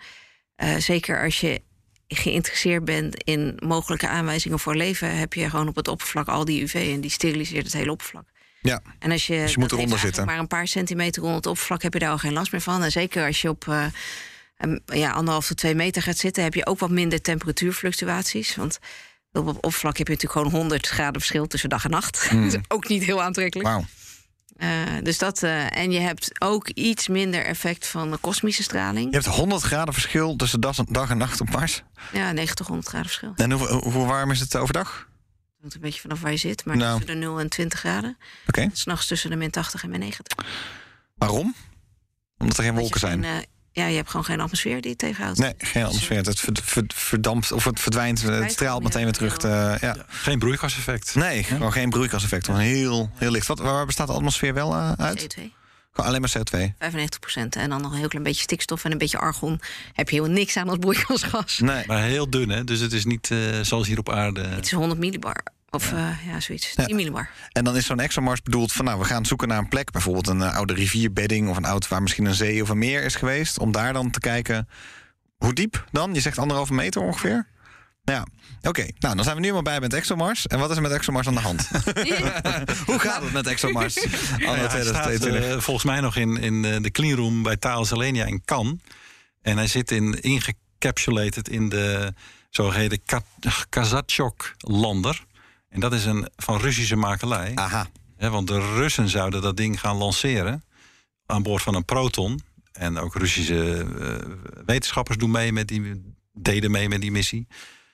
zeker als je geïnteresseerd bent in mogelijke aanwijzingen voor leven, heb je gewoon op het oppervlak al die UV en die steriliseert het hele oppervlak. Ja. En als je moet eronder zitten. Maar een paar centimeter onder het oppervlak heb je daar al geen last meer van. En zeker als je op 1,5 tot 2 meter gaat zitten, heb je ook wat minder temperatuurfluctuaties. Want op het oppervlak heb je natuurlijk gewoon 100 graden verschil tussen dag en nacht. Dat is ook niet heel aantrekkelijk. Wauw. Dus dat, en je hebt ook iets minder effect van de kosmische straling. Je hebt 100 graden verschil tussen dag en nacht op Mars? Ja, 90, 100 graden verschil. En hoe warm is het overdag? Het hangt een beetje vanaf waar je zit, maar tussen de 0 en 20 graden. Oké. 's Nachts tussen de -80 en -90. Waarom? Omdat er geen wolken zijn? Je hebt gewoon geen atmosfeer die het tegenhoudt. Nee, geen atmosfeer. Het verdampt of het verdwijnt. Het straalt meteen weer terug. Geen broeikaseffect. Nee, gewoon geen broeikaseffect. Heel licht. Waar bestaat de atmosfeer wel uit? CO2. Gewoon alleen maar CO2? 95%. En dan nog een heel klein beetje stikstof en een beetje argon. Heb je helemaal niks aan als broeikasgas. Nee. Maar heel dun, hè? Dus het is niet zoals hier op aarde. Het is 100 millibar. Of zoiets. 10 millibar. En dan is zo'n ExoMars bedoeld van... we gaan zoeken naar een plek, bijvoorbeeld een oude rivierbedding... of een oud waar misschien een zee of een meer is geweest... om daar dan te kijken, hoe diep dan? Je zegt 1,5 meter ongeveer? Ja, oké. Nou, dan zijn we nu helemaal bij met ExoMars. En wat is er met ExoMars aan de hand? Hoe gaat het met ExoMars? Hij staat volgens mij nog in de cleanroom bij Thales Alenia in Cannes. En hij zit ingecapsulated in de zogeheten Kazachok-lander. En dat is van Russische makelij. Aha. Want de Russen zouden dat ding gaan lanceren aan boord van een Proton. En ook Russische wetenschappers deden mee met die missie.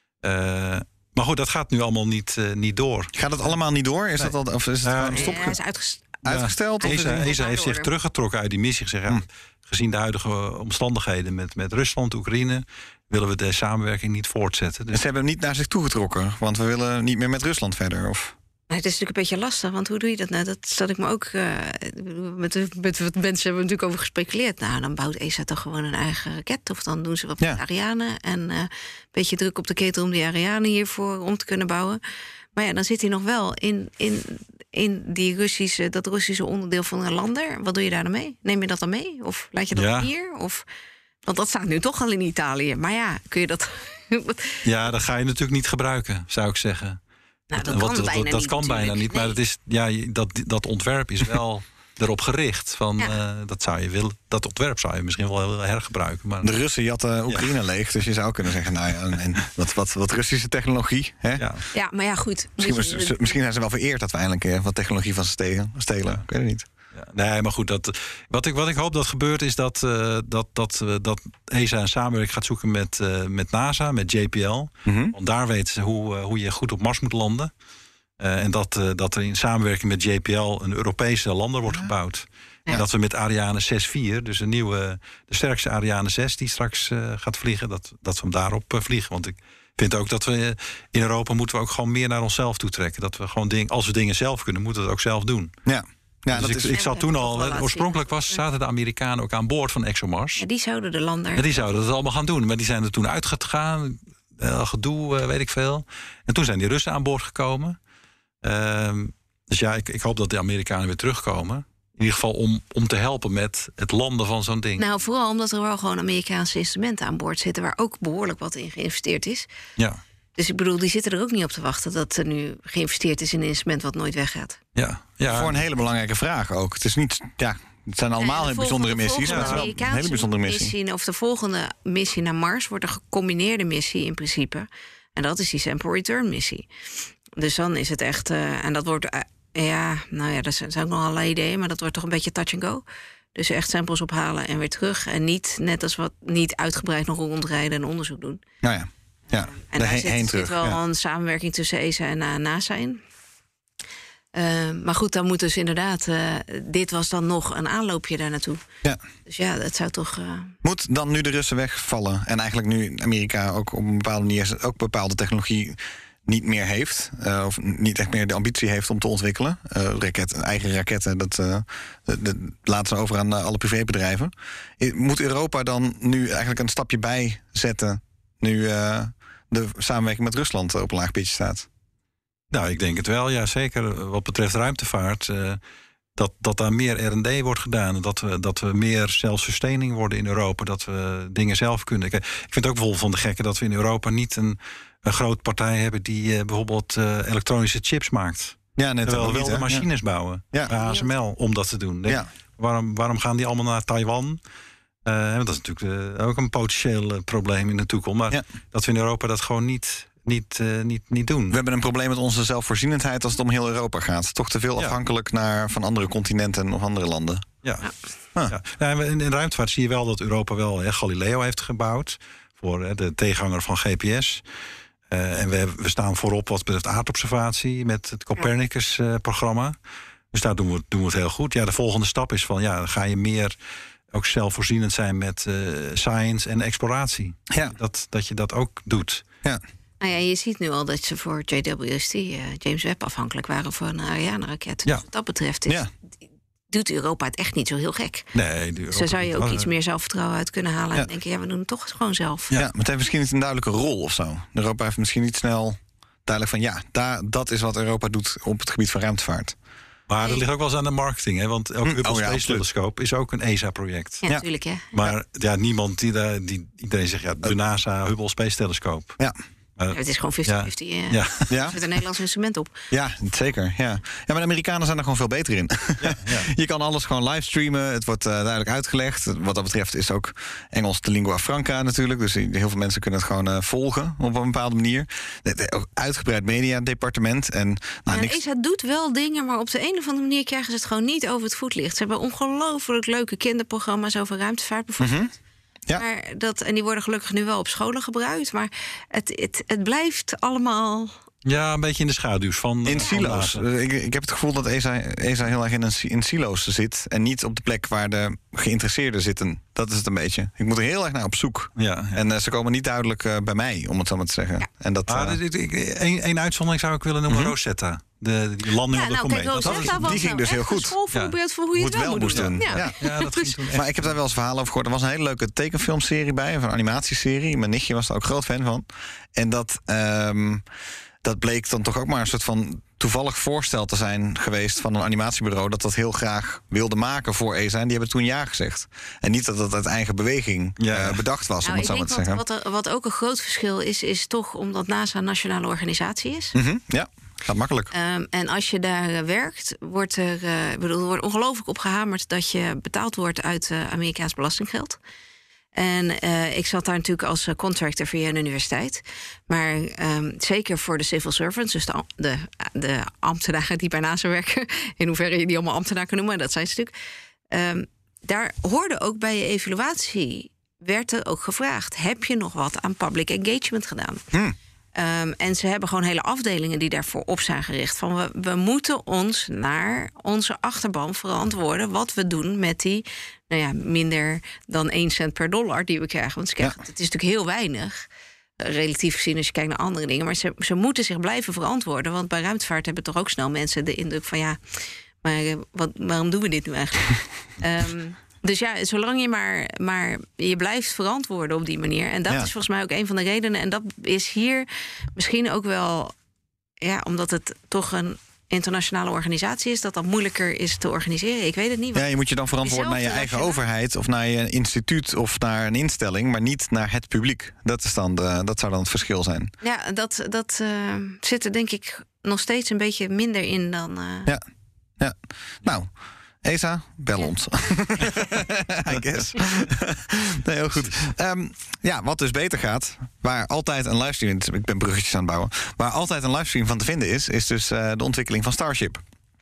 Maar goed, dat gaat nu allemaal niet door. Gaat het allemaal niet door? Is dat al, of is het uitgesteld? ESA heeft zich teruggetrokken uit die missie. Gezegd, gezien de huidige omstandigheden met Rusland, Oekraïne, willen we de samenwerking niet voortzetten. Dus ze hebben hem niet naar zich toegetrokken, want we willen niet meer met Rusland verder, of? Het is natuurlijk een beetje lastig, want hoe doe je dat nou? Dat zat ik me ook... met wat mensen hebben we natuurlijk over gespeculeerd. Nou, dan bouwt ESA toch gewoon een eigen raket. Of dan doen ze wat met Ariane. En een beetje druk op de ketel om die Ariane hiervoor om te kunnen bouwen. Maar ja, dan zit hij nog wel in dat Russische onderdeel van een lander. Wat doe je daar dan mee? Neem je dat dan mee? Of laat je dat hier? Want dat staat nu toch al in Italië. Maar ja, kun je dat... Ja, dat ga je natuurlijk niet gebruiken, zou ik zeggen. Nou, dat kan bijna niet. Maar het is, dat ontwerp is wel erop gericht. Dat ontwerp zou je misschien wel heel erg gebruiken. Maar... De Russen jatten Oekraïne leeg. Dus je zou kunnen zeggen, wat Russische technologie. Hè? Ja, maar ja, goed. Misschien zijn ze wel vereerd dat we eindelijk wat technologie van ze stelen. Ik weet het niet. Ja, nee, maar goed, wat ik hoop dat gebeurt is dat ESA een samenwerking gaat zoeken met NASA, met JPL. Mm-hmm. Want daar weten ze hoe je goed op Mars moet landen. En dat er in samenwerking met JPL een Europese lander wordt gebouwd. Ja. En dat we met Ariane 6-4, dus de sterkste Ariane 6 die straks gaat vliegen, dat we hem daarop vliegen. Want ik vind ook dat we in Europa moeten we ook gewoon meer naar onszelf toe trekken. Dat we gewoon als we dingen zelf kunnen, moeten we het ook zelf doen. Ja. Ja, dus ik zat toen al... Oorspronkelijk zaten de Amerikanen ook aan boord van ExoMars. Ja, die zouden de lander... Ja, die zouden het allemaal gaan doen. Maar die zijn er toen uitgegaan. Gedoe, weet ik veel. En toen zijn die Russen aan boord gekomen. Dus ja, ik hoop dat de Amerikanen weer terugkomen. In ieder geval om te helpen met het landen van zo'n ding. Nou, vooral omdat er wel gewoon Amerikaanse instrumenten aan boord zitten... waar ook behoorlijk wat in geïnvesteerd is. Ja. Dus ik bedoel, die zitten er ook niet op te wachten... dat er nu geïnvesteerd is in een instrument wat nooit weggaat. Ja. Voor een hele belangrijke vraag ook. Het is niet... Ja, het zijn allemaal hele bijzondere missies, maar het is wel een hele bijzondere missie. Of de volgende missie naar Mars wordt een gecombineerde missie in principe. En dat is die Sample Return missie. Dus dan is het echt... en dat wordt... dat zijn ook nog allerlei ideeën... maar dat wordt toch een beetje touch and go. Dus echt samples ophalen en weer terug. En niet, net als wat, niet uitgebreid nog rondrijden en onderzoek doen. Nou ja. Ja, en daar zit wel een samenwerking tussen ESA en NASA in. Maar goed, dan moet dus inderdaad... dit was dan nog een aanloopje daar naartoe. Ja. Dus ja, dat zou toch... Moet dan nu de Russen wegvallen... en eigenlijk nu Amerika ook op een bepaalde manier... ook bepaalde technologie niet meer heeft... of niet echt meer de ambitie heeft om te ontwikkelen... eigen raketten, dat laten ze over aan alle privébedrijven. Moet Europa dan nu eigenlijk een stapje bij zetten... nu de samenwerking met Rusland op een laag pitje staat? Nou, ik denk het wel, ja, zeker. Wat betreft ruimtevaart, dat daar meer R&D wordt gedaan. Dat we meer self-sustaining worden in Europa. Dat we dingen zelf kunnen. Ik vind het ook bijvoorbeeld van de gekke dat we in Europa niet een grote partij hebben... die bijvoorbeeld elektronische chips maakt. Ja, net terwijl we wel de machines bouwen. Ja. Bij ASML, om dat te doen. Ja. Waarom gaan die allemaal naar Taiwan... dat is natuurlijk ook een potentieel probleem in de toekomst. Maar dat we in Europa dat gewoon niet doen. We hebben een probleem met onze zelfvoorzienendheid als het om heel Europa gaat. Toch te veel afhankelijk van andere continenten of andere landen. Ja. In ruimtevaart zie je wel dat Europa wel Galileo heeft gebouwd. Voor de tegenhanger van GPS. En we staan voorop wat betreft aardobservatie met het Copernicus-programma. Dus daar doen we het heel goed. Ja, de volgende stap is van ga je meer... ook zelfvoorzienend zijn met science en exploratie. Ja. Dat je dat ook doet. Ja. Nou ja, je ziet nu al dat ze voor JWST, James Webb, afhankelijk waren voor een Ariane-raket. Dus wat dat betreft doet Europa het echt niet zo heel gek. Nee, dus daar zou je ook iets meer zelfvertrouwen uit kunnen halen. En denken, we doen het toch gewoon zelf. Ja, maar het heeft misschien niet een duidelijke rol of zo. Europa heeft misschien niet snel duidelijk van... dat is wat Europa doet op het gebied van ruimtevaart. Maar dat ligt ook wel eens aan de marketing. Hè? Want ook Hubble Space Telescope is ook een ESA-project. Ja, natuurlijk. Hè? Maar niemand iedereen zegt... de NASA Hubble Space Telescope. Ja. Het is gewoon 50-50. Er zit een Nederlands instrument op. Ja, zeker. Ja, maar de Amerikanen zijn er gewoon veel beter in. Je kan alles gewoon livestreamen. Het wordt duidelijk uitgelegd. Wat dat betreft is ook Engels de lingua franca natuurlijk. Dus heel veel mensen kunnen het gewoon volgen op een bepaalde manier. Uitgebreid mediadepartement. En ESA doet wel dingen, maar op de een of andere manier krijgen ze het gewoon niet over het voetlicht. Ze hebben ongelooflijk leuke kinderprogramma's over ruimtevaart bijvoorbeeld. Mm-hmm. Ja. Maar en die worden gelukkig nu wel op scholen gebruikt. Maar het blijft allemaal... Ja, een beetje in de schaduws van... In silo's. Ik heb het gevoel dat ESA heel erg in silo's zit. En niet op de plek waar de geïnteresseerden zitten. Dat is het een beetje. Ik moet er heel erg naar op zoek. Ja. En ze komen niet duidelijk bij mij, om het zo maar te zeggen. Ja. En dat, Een uitzondering zou ik willen noemen, Rosetta. Die landing op de komeet. Die ging dus heel goed. Een schoolvoorbeeld voor hoe je het wel moet doen. Ja, dat ging toen echt. Maar ik heb daar wel eens verhalen over gehoord. Er was een hele leuke tekenfilmserie bij, of een animatieserie. Mijn nichtje was er ook groot fan van. En dat bleek dan toch ook maar een soort van toevallig voorstel te zijn geweest van een animatiebureau dat heel graag wilde maken voor ESA. En die hebben toen ja gezegd. En niet dat het uit eigen beweging bedacht was, om het zo maar te zeggen. Wat ook een groot verschil is toch omdat NASA een nationale organisatie is. Mm-hmm, ja. Gaat makkelijk. En als je daar werkt, wordt er wordt ongelooflijk op gehamerd dat je betaald wordt uit Amerikaans belastinggeld. En ik zat daar natuurlijk als contractor via een universiteit. Maar zeker voor de civil servants, dus de ambtenaren die bij NASA werken, in hoeverre je die allemaal ambtenaar kan noemen, dat zijn ze natuurlijk. Daar hoorde ook bij je evaluatie, werd er ook gevraagd, heb je nog wat aan public engagement gedaan? En ze hebben gewoon hele afdelingen die daarvoor op zijn gericht. Van we moeten ons naar onze achterban verantwoorden wat we doen met die minder dan 1 cent per dollar die we krijgen. Want het is natuurlijk heel weinig, relatief gezien als je kijkt naar andere dingen. Maar ze moeten zich blijven verantwoorden. Want bij ruimtevaart hebben toch ook snel mensen de indruk van waarom doen we dit nu eigenlijk? Dus zolang je maar je blijft verantwoorden op die manier. En dat is volgens mij ook een van de redenen. En dat is hier misschien ook wel, omdat het toch een internationale organisatie is, dat moeilijker is te organiseren. Ik weet het niet. Ja, je moet je dan verantwoorden naar je eigen overheid of naar je instituut of naar een instelling, maar niet naar het publiek. Dat zou dan het verschil zijn. Ja, dat zit er denk ik nog steeds een beetje minder in dan... Ja. Nou, ESA, bel ons. I guess. Nee, heel goed. Wat dus beter gaat, waar altijd een livestream... Ik ben bruggetjes aan het bouwen. Waar altijd een livestream van te vinden is dus de ontwikkeling van Starship.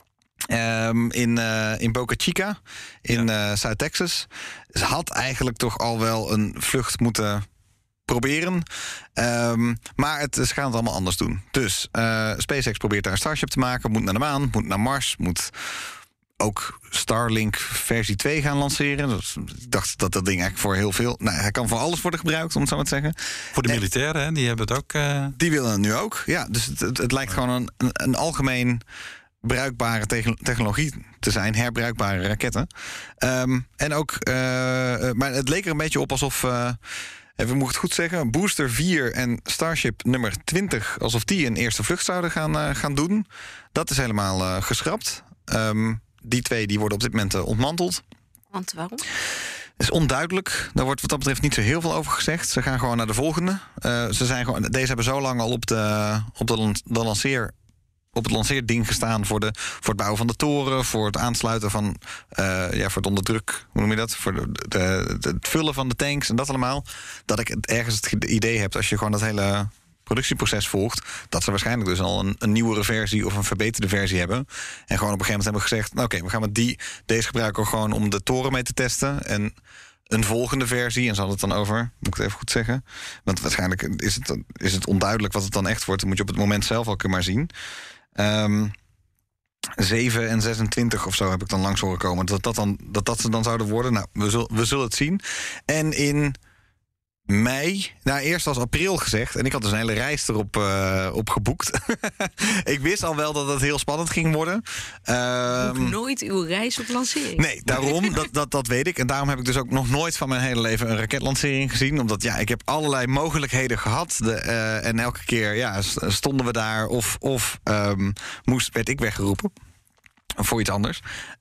In Boca Chica, in Zuid-Texas. Ze had eigenlijk toch al wel een vlucht moeten proberen. Maar ze gaan het allemaal anders doen. Dus SpaceX probeert daar een Starship te maken. Moet naar de maan, moet naar Mars, moet ook Starlink versie 2 gaan lanceren. Dus ik dacht dat ding eigenlijk voor heel veel... hij kan voor alles worden gebruikt, om het zo maar te zeggen. Voor de militairen, hè? Die hebben het ook... Die willen het nu ook, ja. Dus het lijkt gewoon een algemeen bruikbare technologie te zijn. Herbruikbare raketten. En ook... maar het leek er een beetje op alsof... we moeten het goed zeggen, Booster 4 en Starship nummer 20... alsof die een eerste vlucht zouden gaan doen. Dat is helemaal geschrapt. Die 2 die worden op dit moment ontmanteld. Want waarom? Het is onduidelijk. Daar wordt wat dat betreft niet zo heel veel over gezegd. Ze gaan gewoon naar de volgende. Deze hebben zo lang al op het lanceerding gestaan voor het bouwen van de toren, voor het aansluiten van voor het onderdruk, hoe noem je dat? Voor het vullen van de tanks en dat allemaal. Dat ik ergens het idee heb, als je gewoon dat hele productieproces volgt, dat ze waarschijnlijk dus al een nieuwere versie of een verbeterde versie hebben. En gewoon op een gegeven moment hebben gezegd, oké, we gaan met deze gebruiken gewoon om de toren mee te testen. En een volgende versie, en ze hadden het dan over, moet ik het even goed zeggen, want waarschijnlijk is het onduidelijk wat het dan echt wordt. Dat moet je op het moment zelf ook maar zien. 7 en 26 of zo heb ik dan langs horen komen. Dat ze dan zouden worden. Nou, we zullen het zien. En in mei. Nou, eerst was april gezegd. En ik had dus een hele reis erop op geboekt. Ik wist al wel dat het heel spannend ging worden. Boek nooit uw reis op lancering. Nee, daarom. Dat weet ik. En daarom heb ik dus ook nog nooit van mijn hele leven een raketlancering gezien. Omdat ik heb allerlei mogelijkheden gehad. En elke keer stonden we daar of werd ik weggeroepen. Voor iets anders.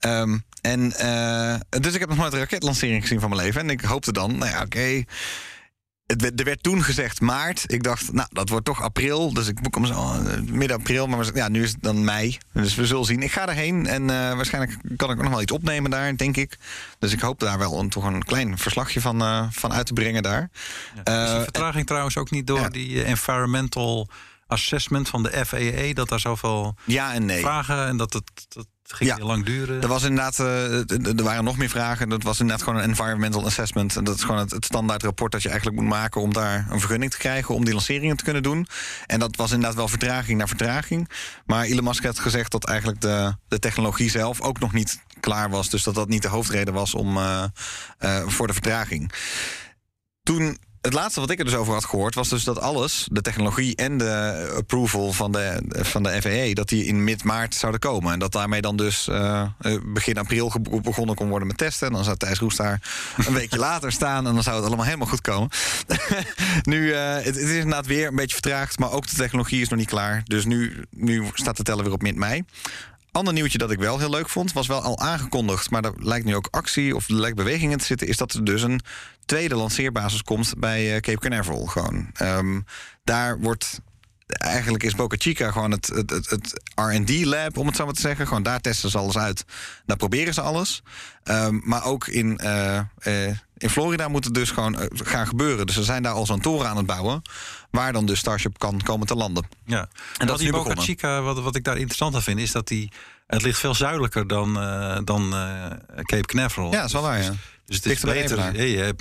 Dus ik heb nog nooit een raketlancering gezien van mijn leven. En ik hoopte dan, oké. Er werd toen gezegd maart. Ik dacht, dat wordt toch april. Dus ik boek hem zo midden april. Maar nu is het dan mei. Dus we zullen zien. Ik ga erheen en waarschijnlijk kan ik nog wel iets opnemen daar, denk ik. Dus ik hoop daar wel toch een klein verslagje van uit te brengen daar. Is die vertraging trouwens ook niet door die environmental assessment van de FAA... dat daar zoveel vragen en dat het ging heel lang duren? Er was inderdaad, er waren nog meer vragen. Dat was inderdaad gewoon een environmental assessment. En dat is gewoon het standaard rapport dat je eigenlijk moet maken om daar een vergunning te krijgen, om die lanceringen te kunnen doen. En dat was inderdaad wel vertraging naar vertraging. Maar Elon Musk had gezegd dat eigenlijk de technologie zelf ook nog niet klaar was. Dus dat niet de hoofdreden was voor de vertraging. Toen. Het laatste wat ik er dus over had gehoord was dus dat alles, de technologie en de approval van de FAA, dat die in mid-maart zouden komen. En dat daarmee dan dus begin april begonnen kon worden met testen. En dan zou Thijs Roest daar een weekje later staan en dan zou het allemaal helemaal goed komen. Nu, het is inderdaad weer een beetje vertraagd, maar ook de technologie is nog niet klaar. Dus nu staat de teller weer op mid-mei. Ander nieuwtje dat ik wel heel leuk vond, was wel al aangekondigd, maar er lijkt nu ook actie of er lijkt beweging in te zitten, is dat er dus een tweede lanceerbasis komt bij Cape Canaveral. Gewoon. Daar wordt eigenlijk is Boca Chica gewoon het R&D-lab, om het zo maar te zeggen. Gewoon daar testen ze alles uit. Daar proberen ze alles. Maar ook in Florida moet het dus gewoon gaan gebeuren. Dus ze zijn daar al zo'n toren aan het bouwen, waar dan dus Starship kan komen te landen. Ja, en dat die Boca Chica, wat ik daar interessant aan vind, is dat het ligt veel zuidelijker dan Cape Canaveral. Ja, dat is wel waar, ja. Dus het is beter. Je hebt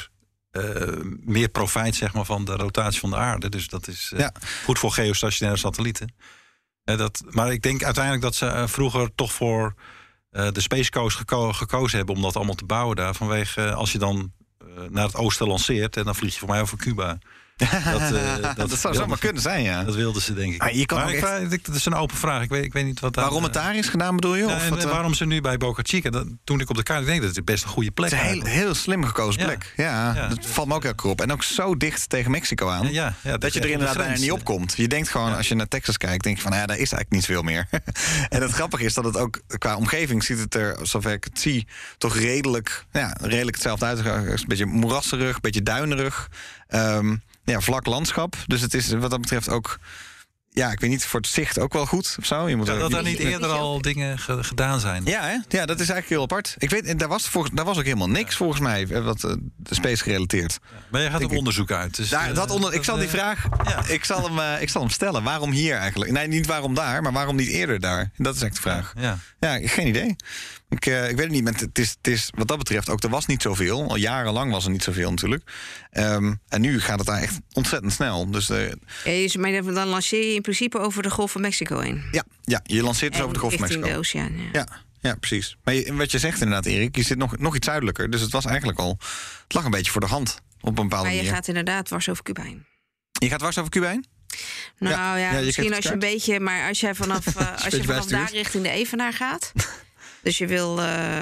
meer profijt, zeg maar, van de rotatie van de aarde. Dus dat is goed voor geostationaire satellieten. Maar ik denk uiteindelijk dat ze vroeger toch voor de Space Coast gekozen hebben om dat allemaal te bouwen daar. Vanwege als je dan naar het oosten lanceert, en dan vlieg je voor mij over Cuba. Dat zou zomaar kunnen zijn, ja. Dat wilden ze, denk ik. Dat is een open vraag. Ik weet niet wat waarom het daar is gedaan, bedoel je? En waarom ze nu bij Boca Chica... Toen ik op de kaart denk dat het best een goede plek is. Het is een heel slim gekozen plek. Ja, dat valt me ook heel erg op. En ook zo dicht tegen Mexico aan. Dat je er inderdaad bijna niet op komt. Je denkt gewoon, als je naar Texas kijkt, denk je van, daar is eigenlijk niet veel meer. En het grappige is dat het ook qua omgeving ziet het er, zover ik het zie, toch redelijk hetzelfde uit. Een beetje moerasserig, een beetje duinerig. Vlak landschap. Dus het is wat dat betreft ook, ik weet niet, voor het zicht ook wel goed of zo. Je moet dat er niet eerder al dingen gedaan zijn. Ja, hè? Ja, dat is eigenlijk heel apart. Ik weet, daar was ook helemaal niks volgens mij wat de space gerelateerd. Ja. Maar jij gaat op onderzoek uit. Dus ik zal die vraag, ik zal hem stellen. Waarom hier eigenlijk? Nee, niet waarom daar, maar waarom niet eerder daar? Dat is eigenlijk de vraag. Ja, geen idee. Ik weet het niet, maar het is wat dat betreft ook, er was niet zoveel. Al jarenlang was er niet zoveel natuurlijk. En nu gaat het daar echt ontzettend snel. Dus, maar dan lanceer je in principe over de Golf van Mexico heen. Ja, je lanceert dus over de Golf van Mexico. De oceaan, ja, precies. Maar wat je zegt inderdaad, Erik, je zit nog iets zuidelijker. Dus het was eigenlijk al, het lag een beetje voor de hand op een bepaalde manier. Maar je gaat inderdaad dwars over Cuba heen. Je gaat dwars over Cuba heen? Misschien als je een beetje, maar als jij vanaf daar richting de Evenaar gaat. Dus je wil,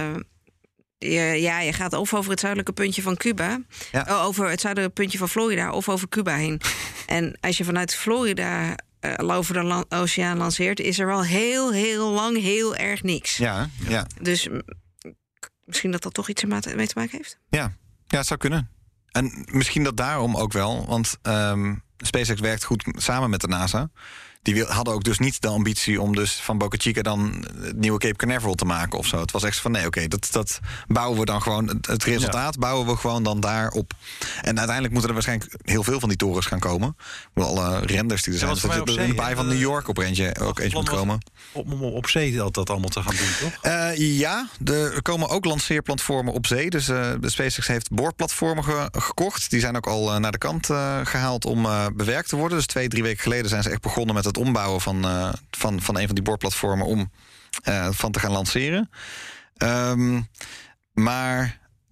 je gaat of over het zuidelijke puntje van Cuba, over het zuidelijke puntje van Florida, of over Cuba heen. En als je vanuit Florida over de oceaan lanceert, is er wel heel, heel lang heel erg niks. Ja. Dus misschien dat toch iets mee te maken heeft? Ja, het zou kunnen. En misschien dat daarom ook wel, want SpaceX werkt goed samen met de NASA. Die hadden ook dus niet de ambitie om dus van Boca Chica dan het nieuwe Cape Canaveral te maken of zo. Het was echt van dat bouwen we dan gewoon. Het resultaat bouwen we gewoon dan daarop. En uiteindelijk moeten er waarschijnlijk heel veel van die torens gaan komen. Alle renders die er zijn. Dus dat in de baai van New York ook eentje moet komen. Op zee dat allemaal te gaan doen, toch? Er komen ook lanceerplatformen op zee. Dus de SpaceX heeft boorplatformen gekocht. Die zijn ook al naar de kant gehaald om bewerkt te worden. Dus 2-3 weken geleden zijn ze echt begonnen met het ombouwen van een van die boorplatformen om van te gaan lanceren. Maar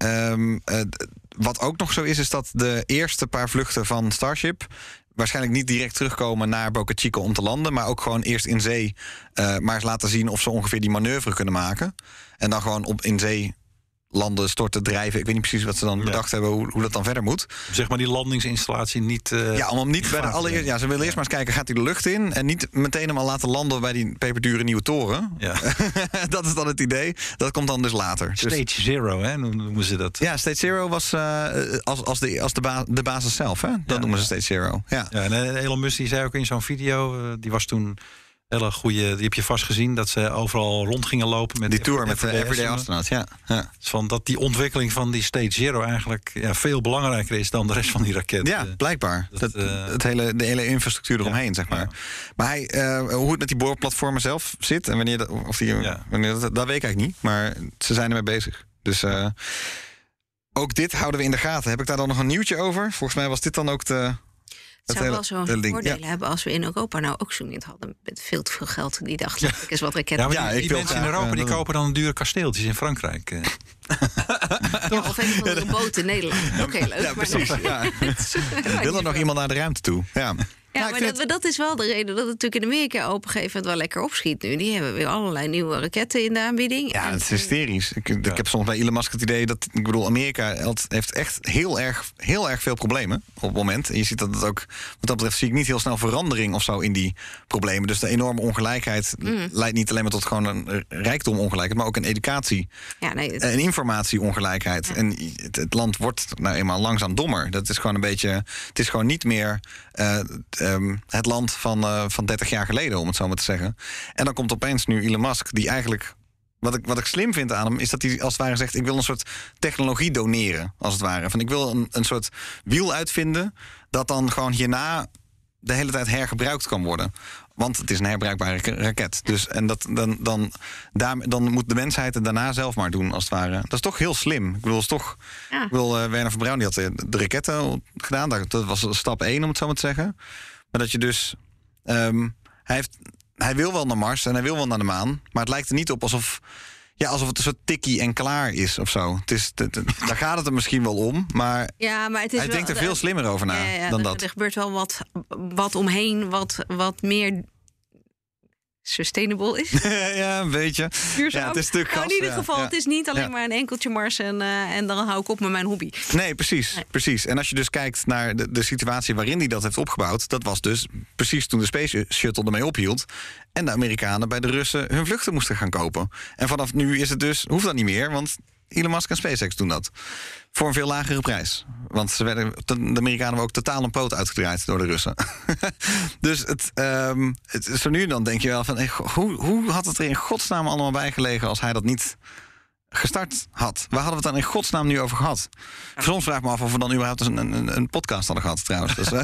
Wat ook nog zo is dat de eerste paar vluchten van Starship waarschijnlijk niet direct terugkomen naar Boca Chica om te landen, maar ook gewoon eerst in zee maar eens laten zien of ze ongeveer die manoeuvre kunnen maken. En dan gewoon in zee landen, storten, drijven. Ik weet niet precies wat ze dan bedacht hebben hoe dat dan verder moet. Zeg maar die landingsinstallatie niet... om hem niet bij de allereerst... Ja, ze willen eerst maar eens kijken, gaat hij de lucht in? En niet meteen hem al laten landen bij die peperdure nieuwe toren. Ja. Dat is dan het idee. Dat komt dan dus later. Stage Zero, hè? Noemen ze dat. Ja, Stage Zero was als de basis zelf, hè? Dat noemen ze Stage Zero. Ja, en Elon Musk die zei ook in zo'n video, die was toen... hele goede, die heb je vast gezien, dat ze overal rond gingen lopen met die tour met de Everyday Astronaut. Ja. Van dat die ontwikkeling van die Stage Zero eigenlijk veel belangrijker is dan de rest van die raket. Ja, blijkbaar. De hele infrastructuur eromheen, zeg maar. Ja. Maar hoe het met die boorplatformen zelf zit en wanneer dat weet ik eigenlijk niet. Maar ze zijn ermee bezig. Dus ook dit houden we in de gaten. Heb ik daar dan nog een nieuwtje over? Volgens mij was dit dan ook de... Het zou wel zo'n voordelen hebben als we in Europa nou ook zo niet hadden met veel te veel geld. Die dacht, ik eens wat raketten. Die mensen in Europa die kopen dan dure kasteeltjes in Frankrijk. Of een boot in Nederland. Ook heel leuk. Ja, precies. Wil er nog iemand naar de ruimte toe? Ja. Ja, maar dat is wel de reden dat het natuurlijk in Amerika op een gegeven moment wel lekker opschiet nu. Die hebben weer allerlei nieuwe raketten in de aanbieding. Ja, dat is hysterisch. Ik heb soms bij Elon Musk het idee dat... Ik bedoel, Amerika heeft echt heel erg veel problemen op het moment. En je ziet dat het ook... Wat dat betreft zie ik niet heel snel verandering of zo in die problemen. Dus de enorme ongelijkheid leidt niet alleen maar tot gewoon een rijkdomongelijkheid, maar ook een educatie- en informatieongelijkheid. Ja. En het land wordt nou eenmaal langzaam dommer. Dat is gewoon een beetje... Het is gewoon niet meer... het land van 30 jaar geleden, om het zo maar te zeggen. En dan komt opeens nu Elon Musk, die eigenlijk... Wat ik slim vind aan hem, is dat hij als het ware zegt... ik wil een soort technologie doneren, als het ware. Van ik wil een soort wiel uitvinden... dat dan gewoon hierna de hele tijd hergebruikt kan worden. Want het is een herbruikbare raket. Dus, en dan moet de mensheid het daarna zelf maar doen, als het ware. Dat is toch heel slim. Ik bedoel, Wernher von Braun die had de raketten gedaan. Dat was stap 1, om het zo maar te zeggen. Maar dat je dus... Hij wil wel naar Mars en hij wil wel naar de maan. Maar het lijkt er niet op alsof het een soort tikkie en klaar is of zo. Daar gaat het er misschien wel om. Maar, hij denkt er veel slimmer over na dan dat. Er gebeurt wel wat omheen wat meer sustainable is. Ja, een beetje. Duurzaam. Ja, het is natuurlijk gas. In ieder geval, het is niet alleen maar een enkeltje Mars en dan hou ik op met mijn hobby. Nee, precies. En als je dus kijkt naar de situatie waarin hij dat heeft opgebouwd, dat was dus precies toen de Space Shuttle ermee ophield en de Amerikanen bij de Russen hun vluchten moesten gaan kopen. En vanaf nu is het dus, hoeft dat niet meer, want Elon Musk en SpaceX doen dat. Voor een veel lagere prijs. Want de Amerikanen hebben ook totaal een poot uitgedraaid door de Russen. Dus zo nu dan denk je wel van... Hoe had het er in godsnaam allemaal bij gelegen als hij dat niet gestart had? Waar hadden we het dan in godsnaam nu over gehad? Soms vraag ik me af of we dan überhaupt een podcast hadden gehad trouwens. Dus,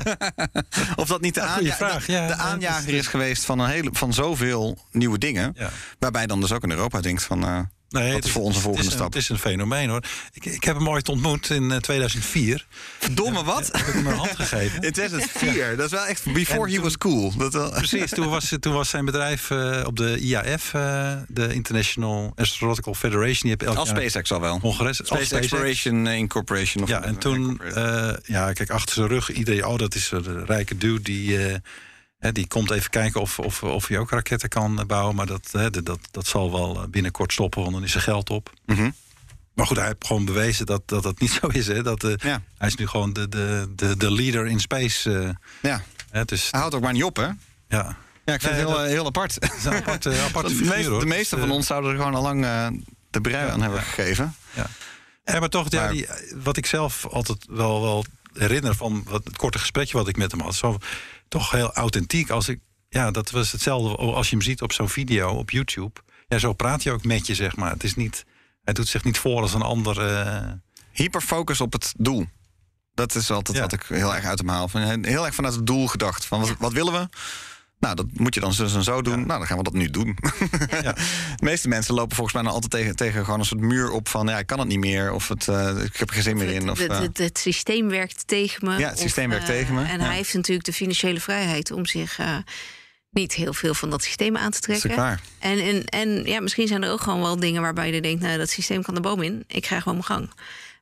of dat niet de aanjager is geweest van zoveel nieuwe dingen. Ja. Waarbij dan dus ook in Europa denkt van... wat is voor onze volgende stap? Het is een fenomeen, hoor. Ik heb hem ooit ontmoet in 2004. Verdomme, wat? Heb ik hem een hand gegeven. In 2004? Dat is wel echt before he was cool. Precies, toen was zijn bedrijf op de IAF, de International Astronautical Federation. Als SpaceX al wel. Space Exploration Incorporation. Ja, en toen, kijk, achter zijn rug, iedereen, dat is de rijke dude die komt even kijken of hij ook raketten kan bouwen. Maar dat zal wel binnenkort stoppen, want dan is er geld op. Mm-hmm. Maar goed, hij heeft gewoon bewezen dat niet zo is. Hè? Hij is nu gewoon de leader in space. Dus, hij houdt ook maar niet op, hè? Ja. Ja, ik vind het heel apart. Het is een aparte figuur, de meeste van ons zouden er gewoon al lang de brui aan hebben gegeven. Ja, maar toch, wat ik zelf altijd wel herinner van het korte gesprekje wat ik met hem had. Zo, toch heel authentiek. Dat was hetzelfde als je hem ziet op zo'n video op YouTube. Ja, zo praat hij ook met je, zeg maar. Het is niet, hij doet zich niet voor als een ander. Hyperfocus op het doel. Dat is altijd wat ik heel erg uit hem haal. Heel erg vanuit het doel gedacht. Van wat willen we? Nou, dat moet je dan zo doen. Nou, dan gaan we dat nu doen. De meeste mensen lopen volgens mij dan altijd tegen gewoon een soort muur op van... ik kan het niet meer, of ik heb er geen zin meer in. Het systeem werkt tegen me. Ja, het systeem werkt tegen me. En hij heeft natuurlijk de financiële vrijheid om zich niet heel veel van dat systeem aan te trekken. Dat is waar. En misschien zijn er ook gewoon wel dingen waarbij je denkt... dat systeem kan de boom in, ik ga gewoon mijn gang.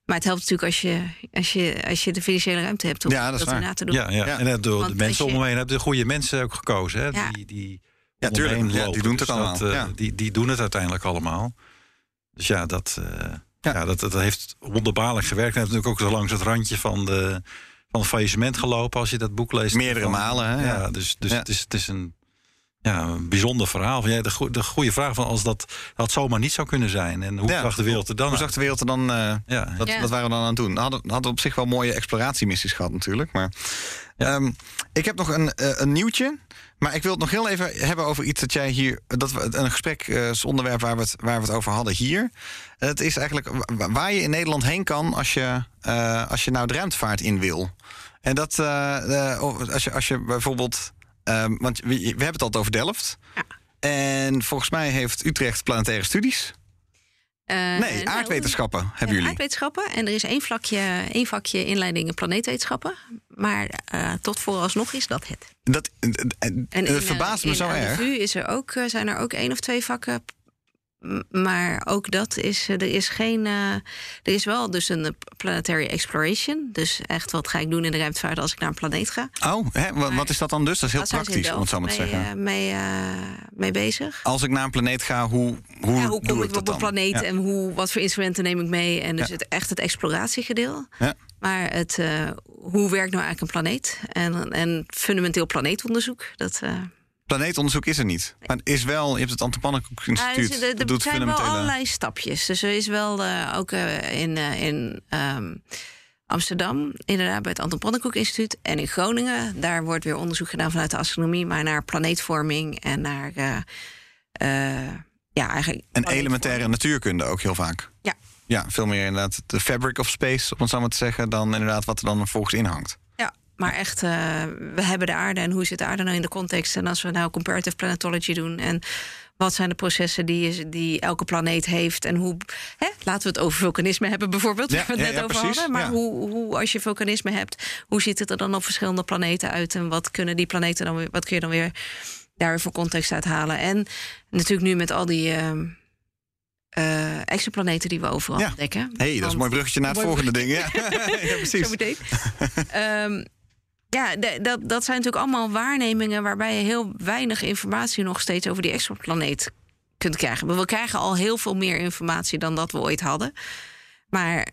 Maar het helpt natuurlijk als je de financiële ruimte hebt om dat na te doen. Ja. En de mensen om me heen hebben de goede mensen ook gekozen. Hè? Ja. Die tuurlijk. Ja, die doen het ook allemaal. Die doen het uiteindelijk allemaal. Dus dat heeft wonderbaarlijk gewerkt. En heeft natuurlijk ook zo langs het randje van het faillissement gelopen als je dat boek leest. Meerdere malen, hè? Ja, dus het is een bijzonder verhaal. De goede vraag van als dat had zomaar niet zou kunnen zijn. En hoe zag de wereld er dan Hoe zag de wereld er dan? Dat waren we dan aan het doen. Hadden op zich wel mooie exploratiemissies gehad natuurlijk. Maar ik heb nog een nieuwtje. Maar ik wil het nog heel even hebben over iets dat jij hier... een gespreksonderwerp waar we het over hadden hier. Het is eigenlijk waar je in Nederland heen kan als je nou de ruimtevaart in wil. En dat als je bijvoorbeeld... want we hebben het altijd over Delft. Ja. En volgens mij heeft Utrecht planetaire studies. Aardwetenschappen hebben jullie. Aardwetenschappen. En er is één vakje inleiding planeetwetenschappen. Maar tot vooralsnog is dat het. Dat verbaast me zo erg. In de VU zijn er ook 1 of 2 vakken. Maar ook dat is... Er is wel dus een planetary exploration. Dus echt, wat ga ik doen in de ruimtevaart als ik naar een planeet ga? Oh, wat is dat dan dus? Dat is heel praktisch, om het zo maar te zeggen. Mee bezig. Als ik naar een planeet ga, hoe kom ik op een planeet en wat voor instrumenten neem ik mee? En dus het exploratiegedeel. Ja. Maar hoe werkt nou eigenlijk een planeet? En fundamenteel planeetonderzoek, dat... Planeetonderzoek is er niet. Maar het is wel, je hebt het Anton-Pannenkoek Instituut. Er zijn wel allerlei stapjes. Dus er is wel ook in Amsterdam, inderdaad bij het Anton-Pannenkoek Instituut. En in Groningen, daar wordt weer onderzoek gedaan vanuit de astronomie, maar naar planeetvorming en naar eigenlijk. En elementaire natuurkunde ook heel vaak. Ja. Ja, veel meer inderdaad de fabric of space, om het zo maar te zeggen, dan inderdaad wat er dan vervolgens in hangt. Maar echt, we hebben de aarde en hoe zit de aarde nou in de context? En als we nou comparative planetology doen en wat zijn de processen die elke planeet heeft? En hoe, laten we het over vulkanisme hebben bijvoorbeeld, waar we het net over hadden. Maar hoe als je vulkanisme hebt, hoe ziet het er dan op verschillende planeten uit? En wat kunnen die planeten dan weer, wat kun je dan weer daar weer voor context uithalen? En natuurlijk nu met al die exoplaneten die we overal ontdekken. Dat is een mooi bruggetje naar het volgende ding. Ja, precies. Zo meteen. Dat zijn natuurlijk allemaal waarnemingen waarbij je heel weinig informatie nog steeds over die exoplaneet kunt krijgen. We krijgen al heel veel meer informatie dan dat we ooit hadden. Maar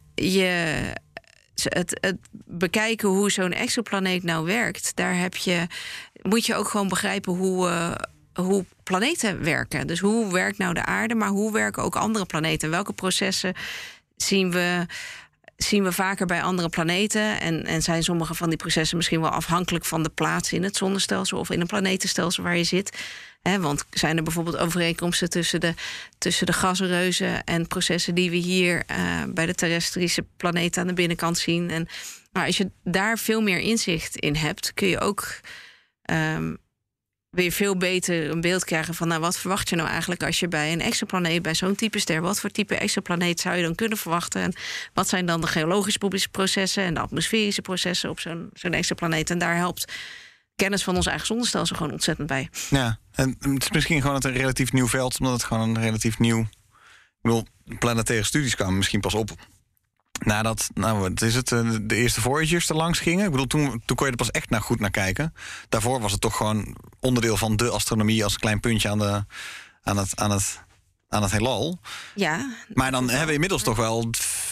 het bekijken hoe zo'n exoplaneet nou werkt, daar moet je ook gewoon begrijpen hoe planeten werken. Dus hoe werkt nou de aarde, maar hoe werken ook andere planeten? Welke processen zien we vaker bij andere planeten? En zijn sommige van die processen misschien wel afhankelijk van de plaats in het zonnestelsel of in een planetenstelsel waar je zit? Want zijn er bijvoorbeeld overeenkomsten tussen de gasreuzen en processen die we hier bij de terrestrische planeten aan de binnenkant zien? Maar als je daar veel meer inzicht in hebt, kun je ook weer veel beter een beeld krijgen van wat verwacht je nou eigenlijk als je bij een exoplaneet, bij zo'n type ster, wat voor type exoplaneet zou je dan kunnen verwachten? En wat zijn dan de geologische processen en de atmosferische processen op zo'n exoplaneet? En daar helpt kennis van ons eigen zonnestelsel gewoon ontzettend bij. Ja, en het is misschien gewoon een relatief nieuw veld, omdat het gewoon een relatief nieuw... Ik bedoel, planetaire studies kwamen misschien pas op nadat, wat is het, de eerste Voyagers er langs gingen. Ik bedoel, toen kon je er pas echt goed naar kijken. Daarvoor was het toch gewoon onderdeel van de astronomie als een klein puntje aan het heelal. Ja. Maar dan hebben we inmiddels toch wel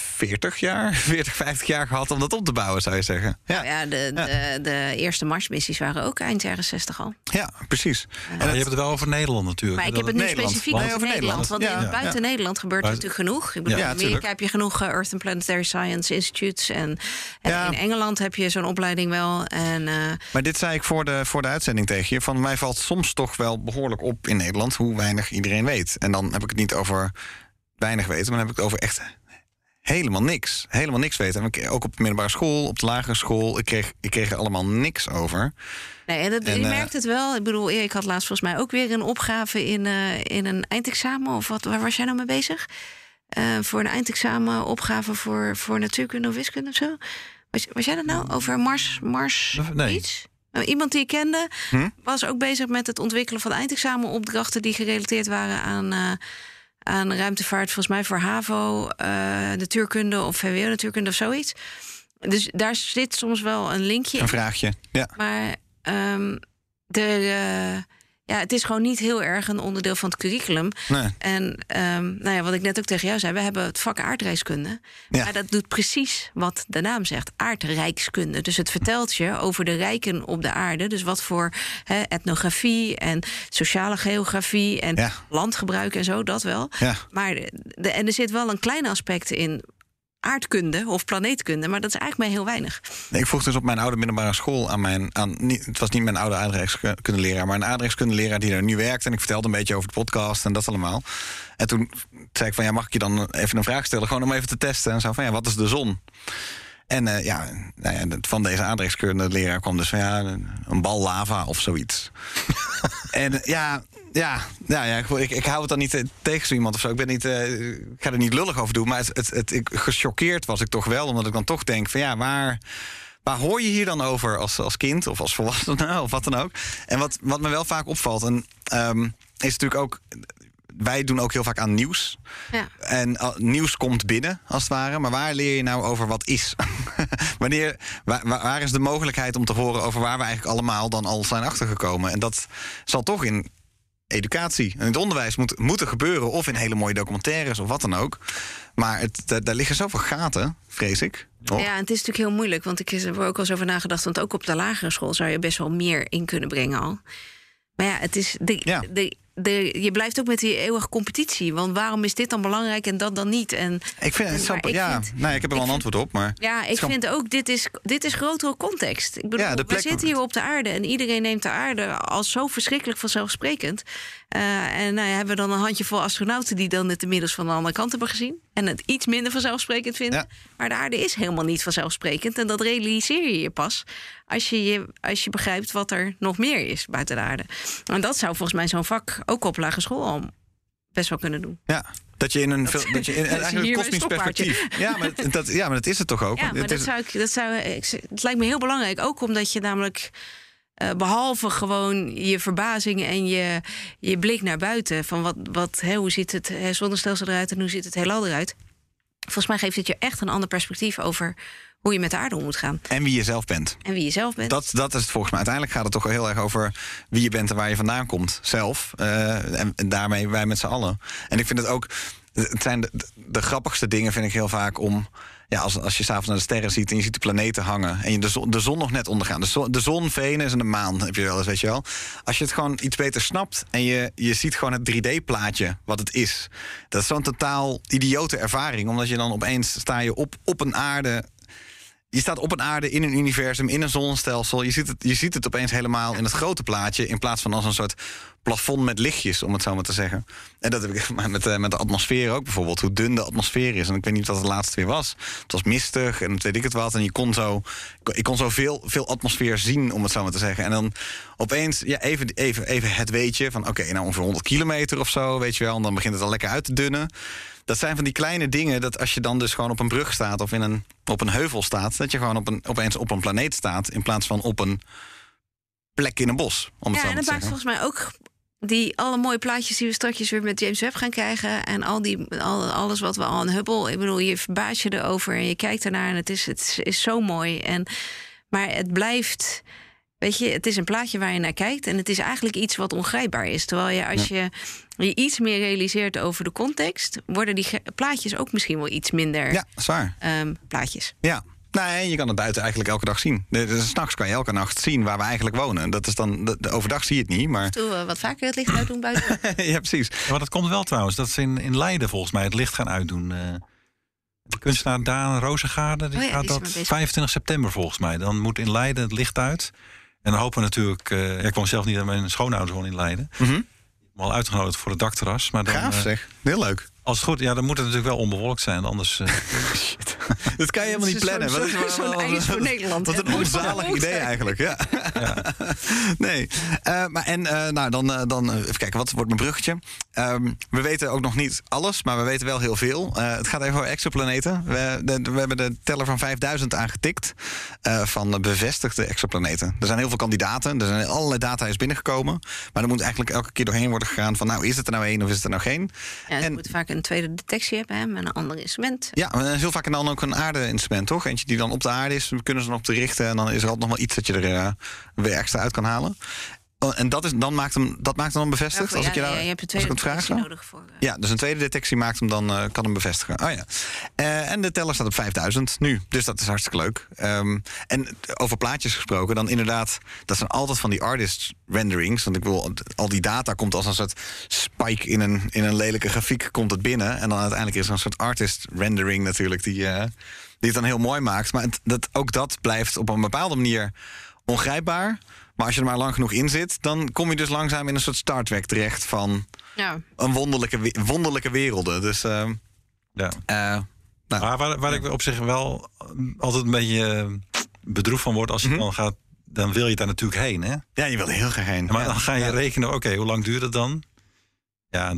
50 jaar gehad om dat op te bouwen, zou je zeggen. Ja, de eerste Marsmissies waren ook eind jaren 60 al. Ja, precies. En je hebt het wel over Nederland natuurlijk. Maar ik heb het nu specifiek over Nederland. Want buiten Nederland gebeurt er natuurlijk genoeg. Ik bedoel, in Amerika heb je genoeg Earth and Planetary Science Institutes. En in Engeland heb je zo'n opleiding wel. Maar dit zei ik voor de uitzending tegen je. Van mij valt soms toch wel behoorlijk op in Nederland hoe weinig iedereen weet. En dan heb ik het niet over weinig weten, maar dan heb ik het over echt helemaal niks. Helemaal niks weten. En ook op de middelbare school, op de lagere school. Ik kreeg er allemaal niks over. Nee, je merkt het wel. Ik bedoel, ik had laatst volgens mij ook weer een opgave in een eindexamen. Of waar was jij nou mee bezig? Voor een eindexamen opgave voor natuurkunde of wiskunde of zo. Was jij dat nou? Over Mars nee. Iets? Nou, iemand die ik kende was ook bezig met het ontwikkelen van eindexamenopdrachten die gerelateerd waren aan ruimtevaart, volgens mij voor HAVO, natuurkunde of VWO natuurkunde of zoiets. Dus daar zit soms wel een linkje in. Een vraagje, ja. Maar het is gewoon niet heel erg een onderdeel van het curriculum. Nee. En wat ik net ook tegen jou zei, we hebben het vak aardrijkskunde. Ja. Maar dat doet precies wat de naam zegt, aardrijkskunde. Dus het vertelt je over de rijken op de aarde. Dus wat voor etnografie en sociale geografie en landgebruik en zo, dat wel. Ja. Maar er zit wel een klein aspect in aardkunde of planeetkunde, maar dat is eigenlijk maar heel weinig. Ik vroeg dus op mijn oude middelbare school het was niet mijn oude aardrijkskundeleraar, maar een aardrijkskundeleraar die daar nu werkt. En ik vertelde een beetje over de podcast en dat allemaal. En toen zei ik van, mag ik je dan even een vraag stellen, gewoon om even te testen. En zo van, wat is de zon? En van deze aardrijkskundeleraar kwam dus van, een bal lava of zoiets. En ik hou het dan niet tegen zo iemand of zo. Ik ga er niet lullig over doen. Maar gechoqueerd was ik toch wel. Omdat ik dan toch denk van waar hoor je hier dan over als kind of als volwassene of wat dan ook. En wat me wel vaak opvalt is natuurlijk ook, wij doen ook heel vaak aan nieuws. Ja. En nieuws komt binnen, als het ware. Maar waar leer je nou over wat is? Waar is de mogelijkheid om te horen over waar we eigenlijk allemaal dan al zijn achtergekomen? En dat zal toch in educatie en in het onderwijs moeten gebeuren. Of in hele mooie documentaires of wat dan ook. Maar daar liggen zoveel gaten, vrees ik. Ja, en het is natuurlijk heel moeilijk. Want ik heb er ook al eens over nagedacht. Want ook op de lagere school zou je best wel meer in kunnen brengen al. Maar ja, het is je blijft ook met die eeuwige competitie. Want waarom is dit dan belangrijk en dat dan niet? Ik heb er wel een antwoord op. Maar ik vind ook, dit is grotere context. Ik bedoel, we zitten hier op de aarde en iedereen neemt de aarde als zo verschrikkelijk vanzelfsprekend. Hebben we dan een handjevol astronauten die dan het inmiddels van de andere kant hebben gezien. En het iets minder vanzelfsprekend vinden. Ja. Maar de aarde is helemaal niet vanzelfsprekend. En dat realiseer je pas als je begrijpt wat er nog meer is buiten de aarde. En dat zou volgens mij zo'n vak ook op lagere school al best wel kunnen doen. Ja. Dat je in een kosmisch perspectief. Maar dat is het toch ook? Ja, maar het lijkt me heel belangrijk. Ook omdat je namelijk behalve gewoon je verbazing en je blik naar buiten. Van hoe ziet het zonnestelsel eruit en hoe ziet het heelal eruit. Volgens mij geeft het je echt een ander perspectief over hoe je met de aarde om moet gaan. En wie je zelf bent. Dat is het volgens mij. Uiteindelijk gaat het toch heel erg over wie je bent en waar je vandaan komt. Zelf. En daarmee wij met z'n allen. En ik vind het ook, het zijn de grappigste dingen vind ik heel vaak om, als je s'avonds naar de sterren ziet en je ziet de planeten hangen en je de zon nog net ondergaan. De zon, Venus en de maan heb je wel eens, weet je wel. Als je het gewoon iets beter snapt en je ziet gewoon het 3D-plaatje wat het is. Dat is zo'n totaal idiote ervaring, omdat je dan opeens sta je op een aarde. Je staat op een aarde, in een universum, in een zonnestelsel. Je ziet het opeens helemaal in het grote plaatje, in plaats van als een soort plafond met lichtjes, om het zo maar te zeggen. En dat heb ik met de atmosfeer ook bijvoorbeeld. Hoe dun de atmosfeer is. En ik weet niet wat het laatste weer was. Het was mistig en weet ik het wat. En ik kon zo veel atmosfeer zien, om het zo maar te zeggen. En dan opeens, even het weetje van ongeveer 100 kilometer of zo, weet je wel. En dan begint het al lekker uit te dunnen. Dat zijn van die kleine dingen dat als je dan dus gewoon op een brug staat of op een heuvel staat, dat je gewoon opeens op een planeet staat in plaats van op een plek in een bos. Om het zo maar te zeggen. En dat maakt volgens mij ook alle mooie plaatjes die we straks weer met James Webb gaan krijgen en alles wat we al aan Hubble. Ik bedoel, je verbaast je erover en je kijkt ernaar en het is zo mooi. Maar het blijft. Weet je, het is een plaatje waar je naar kijkt en het is eigenlijk iets wat ongrijpbaar is. Terwijl als je iets meer realiseert over de context, worden die plaatjes ook misschien wel iets minder. Ja, zwaar. Plaatjes. Ja. Nee, je kan het buiten eigenlijk elke dag zien. Dus 's nachts kan je elke nacht zien waar we eigenlijk wonen. Dat is dan overdag zie je het niet, maar we wat vaker het licht uitdoen buiten. Ja, precies. Ja, maar dat komt wel trouwens. Dat ze in Leiden volgens mij het licht gaan uitdoen. De kunstenaar Daan Rozengaarde, die gaat dat 25 september volgens mij. Dan moet in Leiden het licht uit. En dan hopen we natuurlijk. Ik woon zelf niet aan mijn schoonouders wonen in Leiden. Mm-hmm. Al uitgenodigd voor het dakterras. Maar dan, gaaf zeg, heel leuk. Als het goed, ja, dan moet het natuurlijk wel onbewolkt zijn. Anders... Shit. Dat kan je helemaal niet plannen. Zo'n eis voor Nederland. Wat een onzalig idee eigenlijk. Ja. Nee. Dan even kijken, wat wordt mijn bruggetje? We weten ook nog niet alles, maar we weten wel heel veel. Het gaat even over exoplaneten. We hebben de teller van 5000 aangetikt van bevestigde exoplaneten. Er zijn heel veel kandidaten. Er zijn allerlei data is binnengekomen. Maar er moet eigenlijk elke keer doorheen worden gegaan van... nou, is het er nou één of is het er nou geen? Ja, je moet vaak een tweede detectie hebben, hè, met een ander instrument. Ja, heel vaak en dan ook een aarde-instrument, toch? Eentje die dan op de aarde is, dan kunnen ze dan op te richten... en dan is er altijd nog wel iets dat je er weer extra uit kan halen. En dat maakt hem dan bevestigd? Ja, je hebt een tweede detectie nodig voor... Ja, dus een tweede detectie maakt hem dan, kan hem bevestigen. Oh ja. En de teller staat op 5000 nu, dus dat is hartstikke leuk. En over plaatjes gesproken, dan inderdaad... dat zijn altijd van die artist renderings. Want ik wil, al die data komt als een soort spike in een lelijke grafiek komt het binnen. En dan uiteindelijk is er een soort artist rendering natuurlijk... die het dan heel mooi maakt. Maar ook dat blijft op een bepaalde manier ongrijpbaar... Maar als je er maar lang genoeg in zit... dan kom je dus langzaam in een soort Star Trek terecht... van een wonderlijke werelden. Dus, Maar waar ik op zich wel altijd een beetje bedroefd van word... als je dan gaat, dan wil je daar natuurlijk heen, hè? Ja, je wil er heel graag heen. Maar dan ga je rekenen, oké, hoe lang duurt het dan? Ja,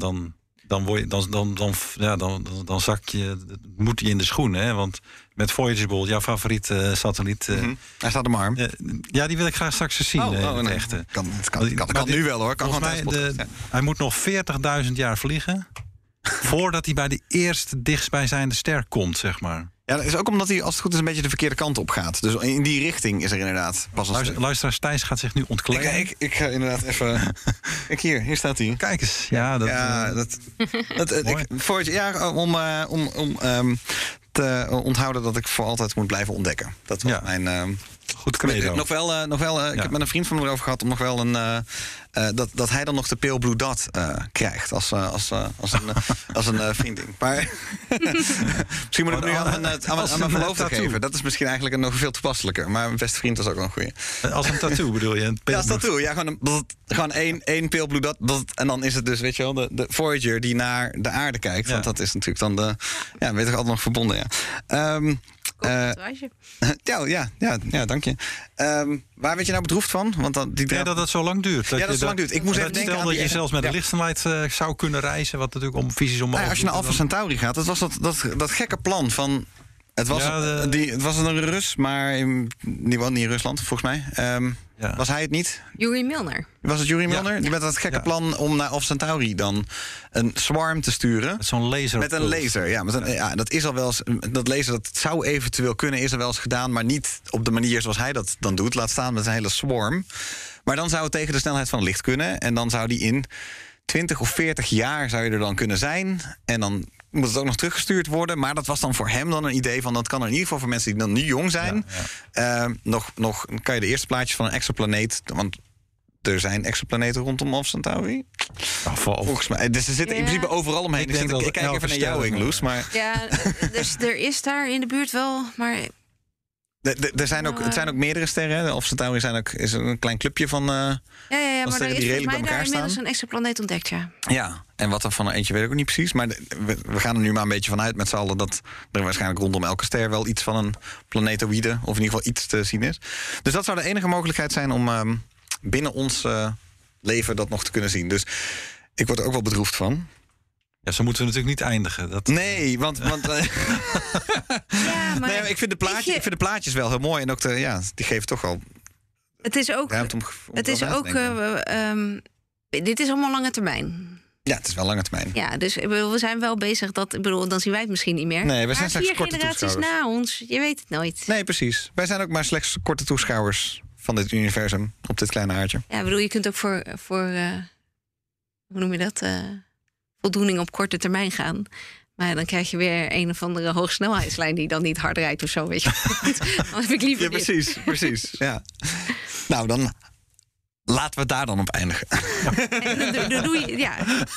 dan zak je, moet je in de schoen, hè? Want met Voyager bijvoorbeeld, jouw favoriet satelliet... Hij staat op mijn arm. Ja, die wil ik graag straks eens zien. Nee. Kan nu wel, hoor. Kan volgens mij, hij moet nog 40.000 jaar vliegen... voordat hij bij de eerste dichtstbijzijnde ster komt, zeg maar. Ja, dat is ook omdat hij, als het goed is, een beetje de verkeerde kant op gaat. Dus in die richting is er inderdaad pas een luisteraars, Thijs gaat zich nu ontkleden. Ik ga inderdaad even... Kijk, hier staat hij. Kijk eens. Om te onthouden dat ik voor altijd moet blijven ontdekken. Dat was mijn... Goed credo. Nog wel, ik heb met een vriend van me erover gehad... om nog wel dat hij dan nog de Pale Blue Dot krijgt als een vriendin. Maar misschien moet ik nu aan mijn verloofde geven. Dat is misschien eigenlijk nog veel toepasselijker. Maar mijn beste vriend is ook wel een goeie. Als een tattoo bedoel je? Ja, als tattoo. Ja, gewoon één Pale Blue Dot. En dan is het dus, weet je wel, de Voyager die naar de aarde kijkt. Want dat is natuurlijk dan weet ik altijd nog verbonden, ja. Ja, dank je. Waar werd je nou bedroefd van? Want dat het zo lang duurt. Dat zo lang duurt. Ik moest even denken aan dat je zelfs met een lichtsnelheid zou kunnen reizen, wat natuurlijk visies omhoog. Als je naar Alpha Centauri gaat, dat was dat gekke plan van... Het was een Rus, maar die woont niet in Rusland, volgens mij. Was hij het niet? Yuri Milner. Was het Yuri Milner? Met dat gekke plan om naar Alpha Centauri dan een swarm te sturen. Met zo'n laser. Met een laser, ja. Dat is al wel eens... Dat laser, dat zou eventueel kunnen, is er wel eens gedaan... maar niet op de manier zoals hij dat dan doet. Laat staan met een hele swarm. Maar dan zou het tegen de snelheid van het licht kunnen. En dan zou die in 20 of 40 jaar zou je er dan kunnen zijn. En dan moet het ook nog teruggestuurd worden. Maar dat was dan voor hem dan een idee van... dat kan er in ieder geval voor mensen die dan nu jong zijn. Nog kan je de eerste plaatjes van een exoplaneet... want er zijn exoplaneten rondom Alpha Centauri. Volgens mij. Dus ze zitten in principe overal omheen. Ik kijk even naar jou, Ingloes. Maar... Ja, dus er is daar in de buurt wel... maar het zijn ook meerdere sterren. Alpha Centauri is een klein clubje van maar er is die redelijk bij elkaar staan. Inmiddels een exoplaneet ontdekt, ja. Ja, en wat er van er eentje weet ik ook niet precies. Maar we gaan er nu maar een beetje vanuit met z'n allen... dat er waarschijnlijk rondom elke ster wel iets van een planetoïde... of in ieder geval iets te zien is. Dus dat zou de enige mogelijkheid zijn om binnen ons leven dat nog te kunnen zien. Dus ik word er ook wel bedroefd van. Ja, zo moeten we natuurlijk niet eindigen. Nee, want ja, maar ik vind de plaatjes wel heel mooi. En ook die geven toch wel... Het is ook... dit is allemaal lange termijn. Ja, het is wel lange termijn. Ja, dus we zijn wel bezig dan zien wij het misschien niet meer. Nee, we zijn slechts korte toeschouwers. 4 generaties na ons, je weet het nooit. Nee, precies. Wij zijn ook maar slechts korte toeschouwers van dit universum op dit kleine aardje. Ja, je kunt ook voor hoe noem je dat? Voldoening op korte termijn gaan. Maar dan krijg je weer een of andere hoogsnelheidslijn die dan niet hard rijdt of zo, weet je. Dan heb ik liever precies. Ja. Nou, dan laten we daar dan op eindigen. Doe je, ja.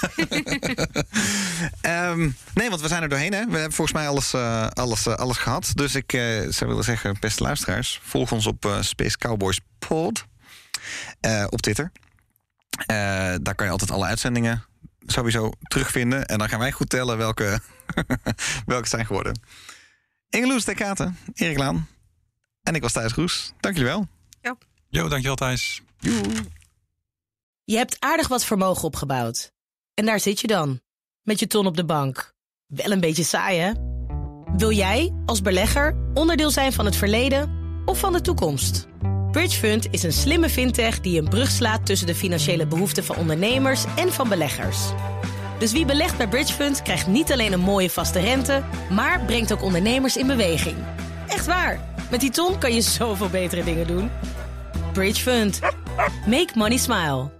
Nee, want we zijn er doorheen, hè. We hebben volgens mij alles gehad. Dus ik zou willen zeggen, beste luisteraars... volg ons op Space Cowboys Pod op Twitter. Daar kan je altijd alle uitzendingen sowieso terugvinden. En dan gaan wij goed tellen welke zijn geworden. Ingeloes de Katen, Erik Laan. En ik was Thijs Roes. Dank jullie wel. Ja. Jo, dankjewel Thijs. Joe. Je hebt aardig wat vermogen opgebouwd. En daar zit je dan, met je ton op de bank. Wel een beetje saai, hè? Wil jij, als belegger, onderdeel zijn van het verleden of van de toekomst? Bridgefund is een slimme fintech die een brug slaat tussen de financiële behoeften van ondernemers en van beleggers. Dus wie belegt bij Bridgefund krijgt niet alleen een mooie vaste rente, maar brengt ook ondernemers in beweging. Echt waar, met die ton kan je zoveel betere dingen doen. Bridgefund. Make money smile.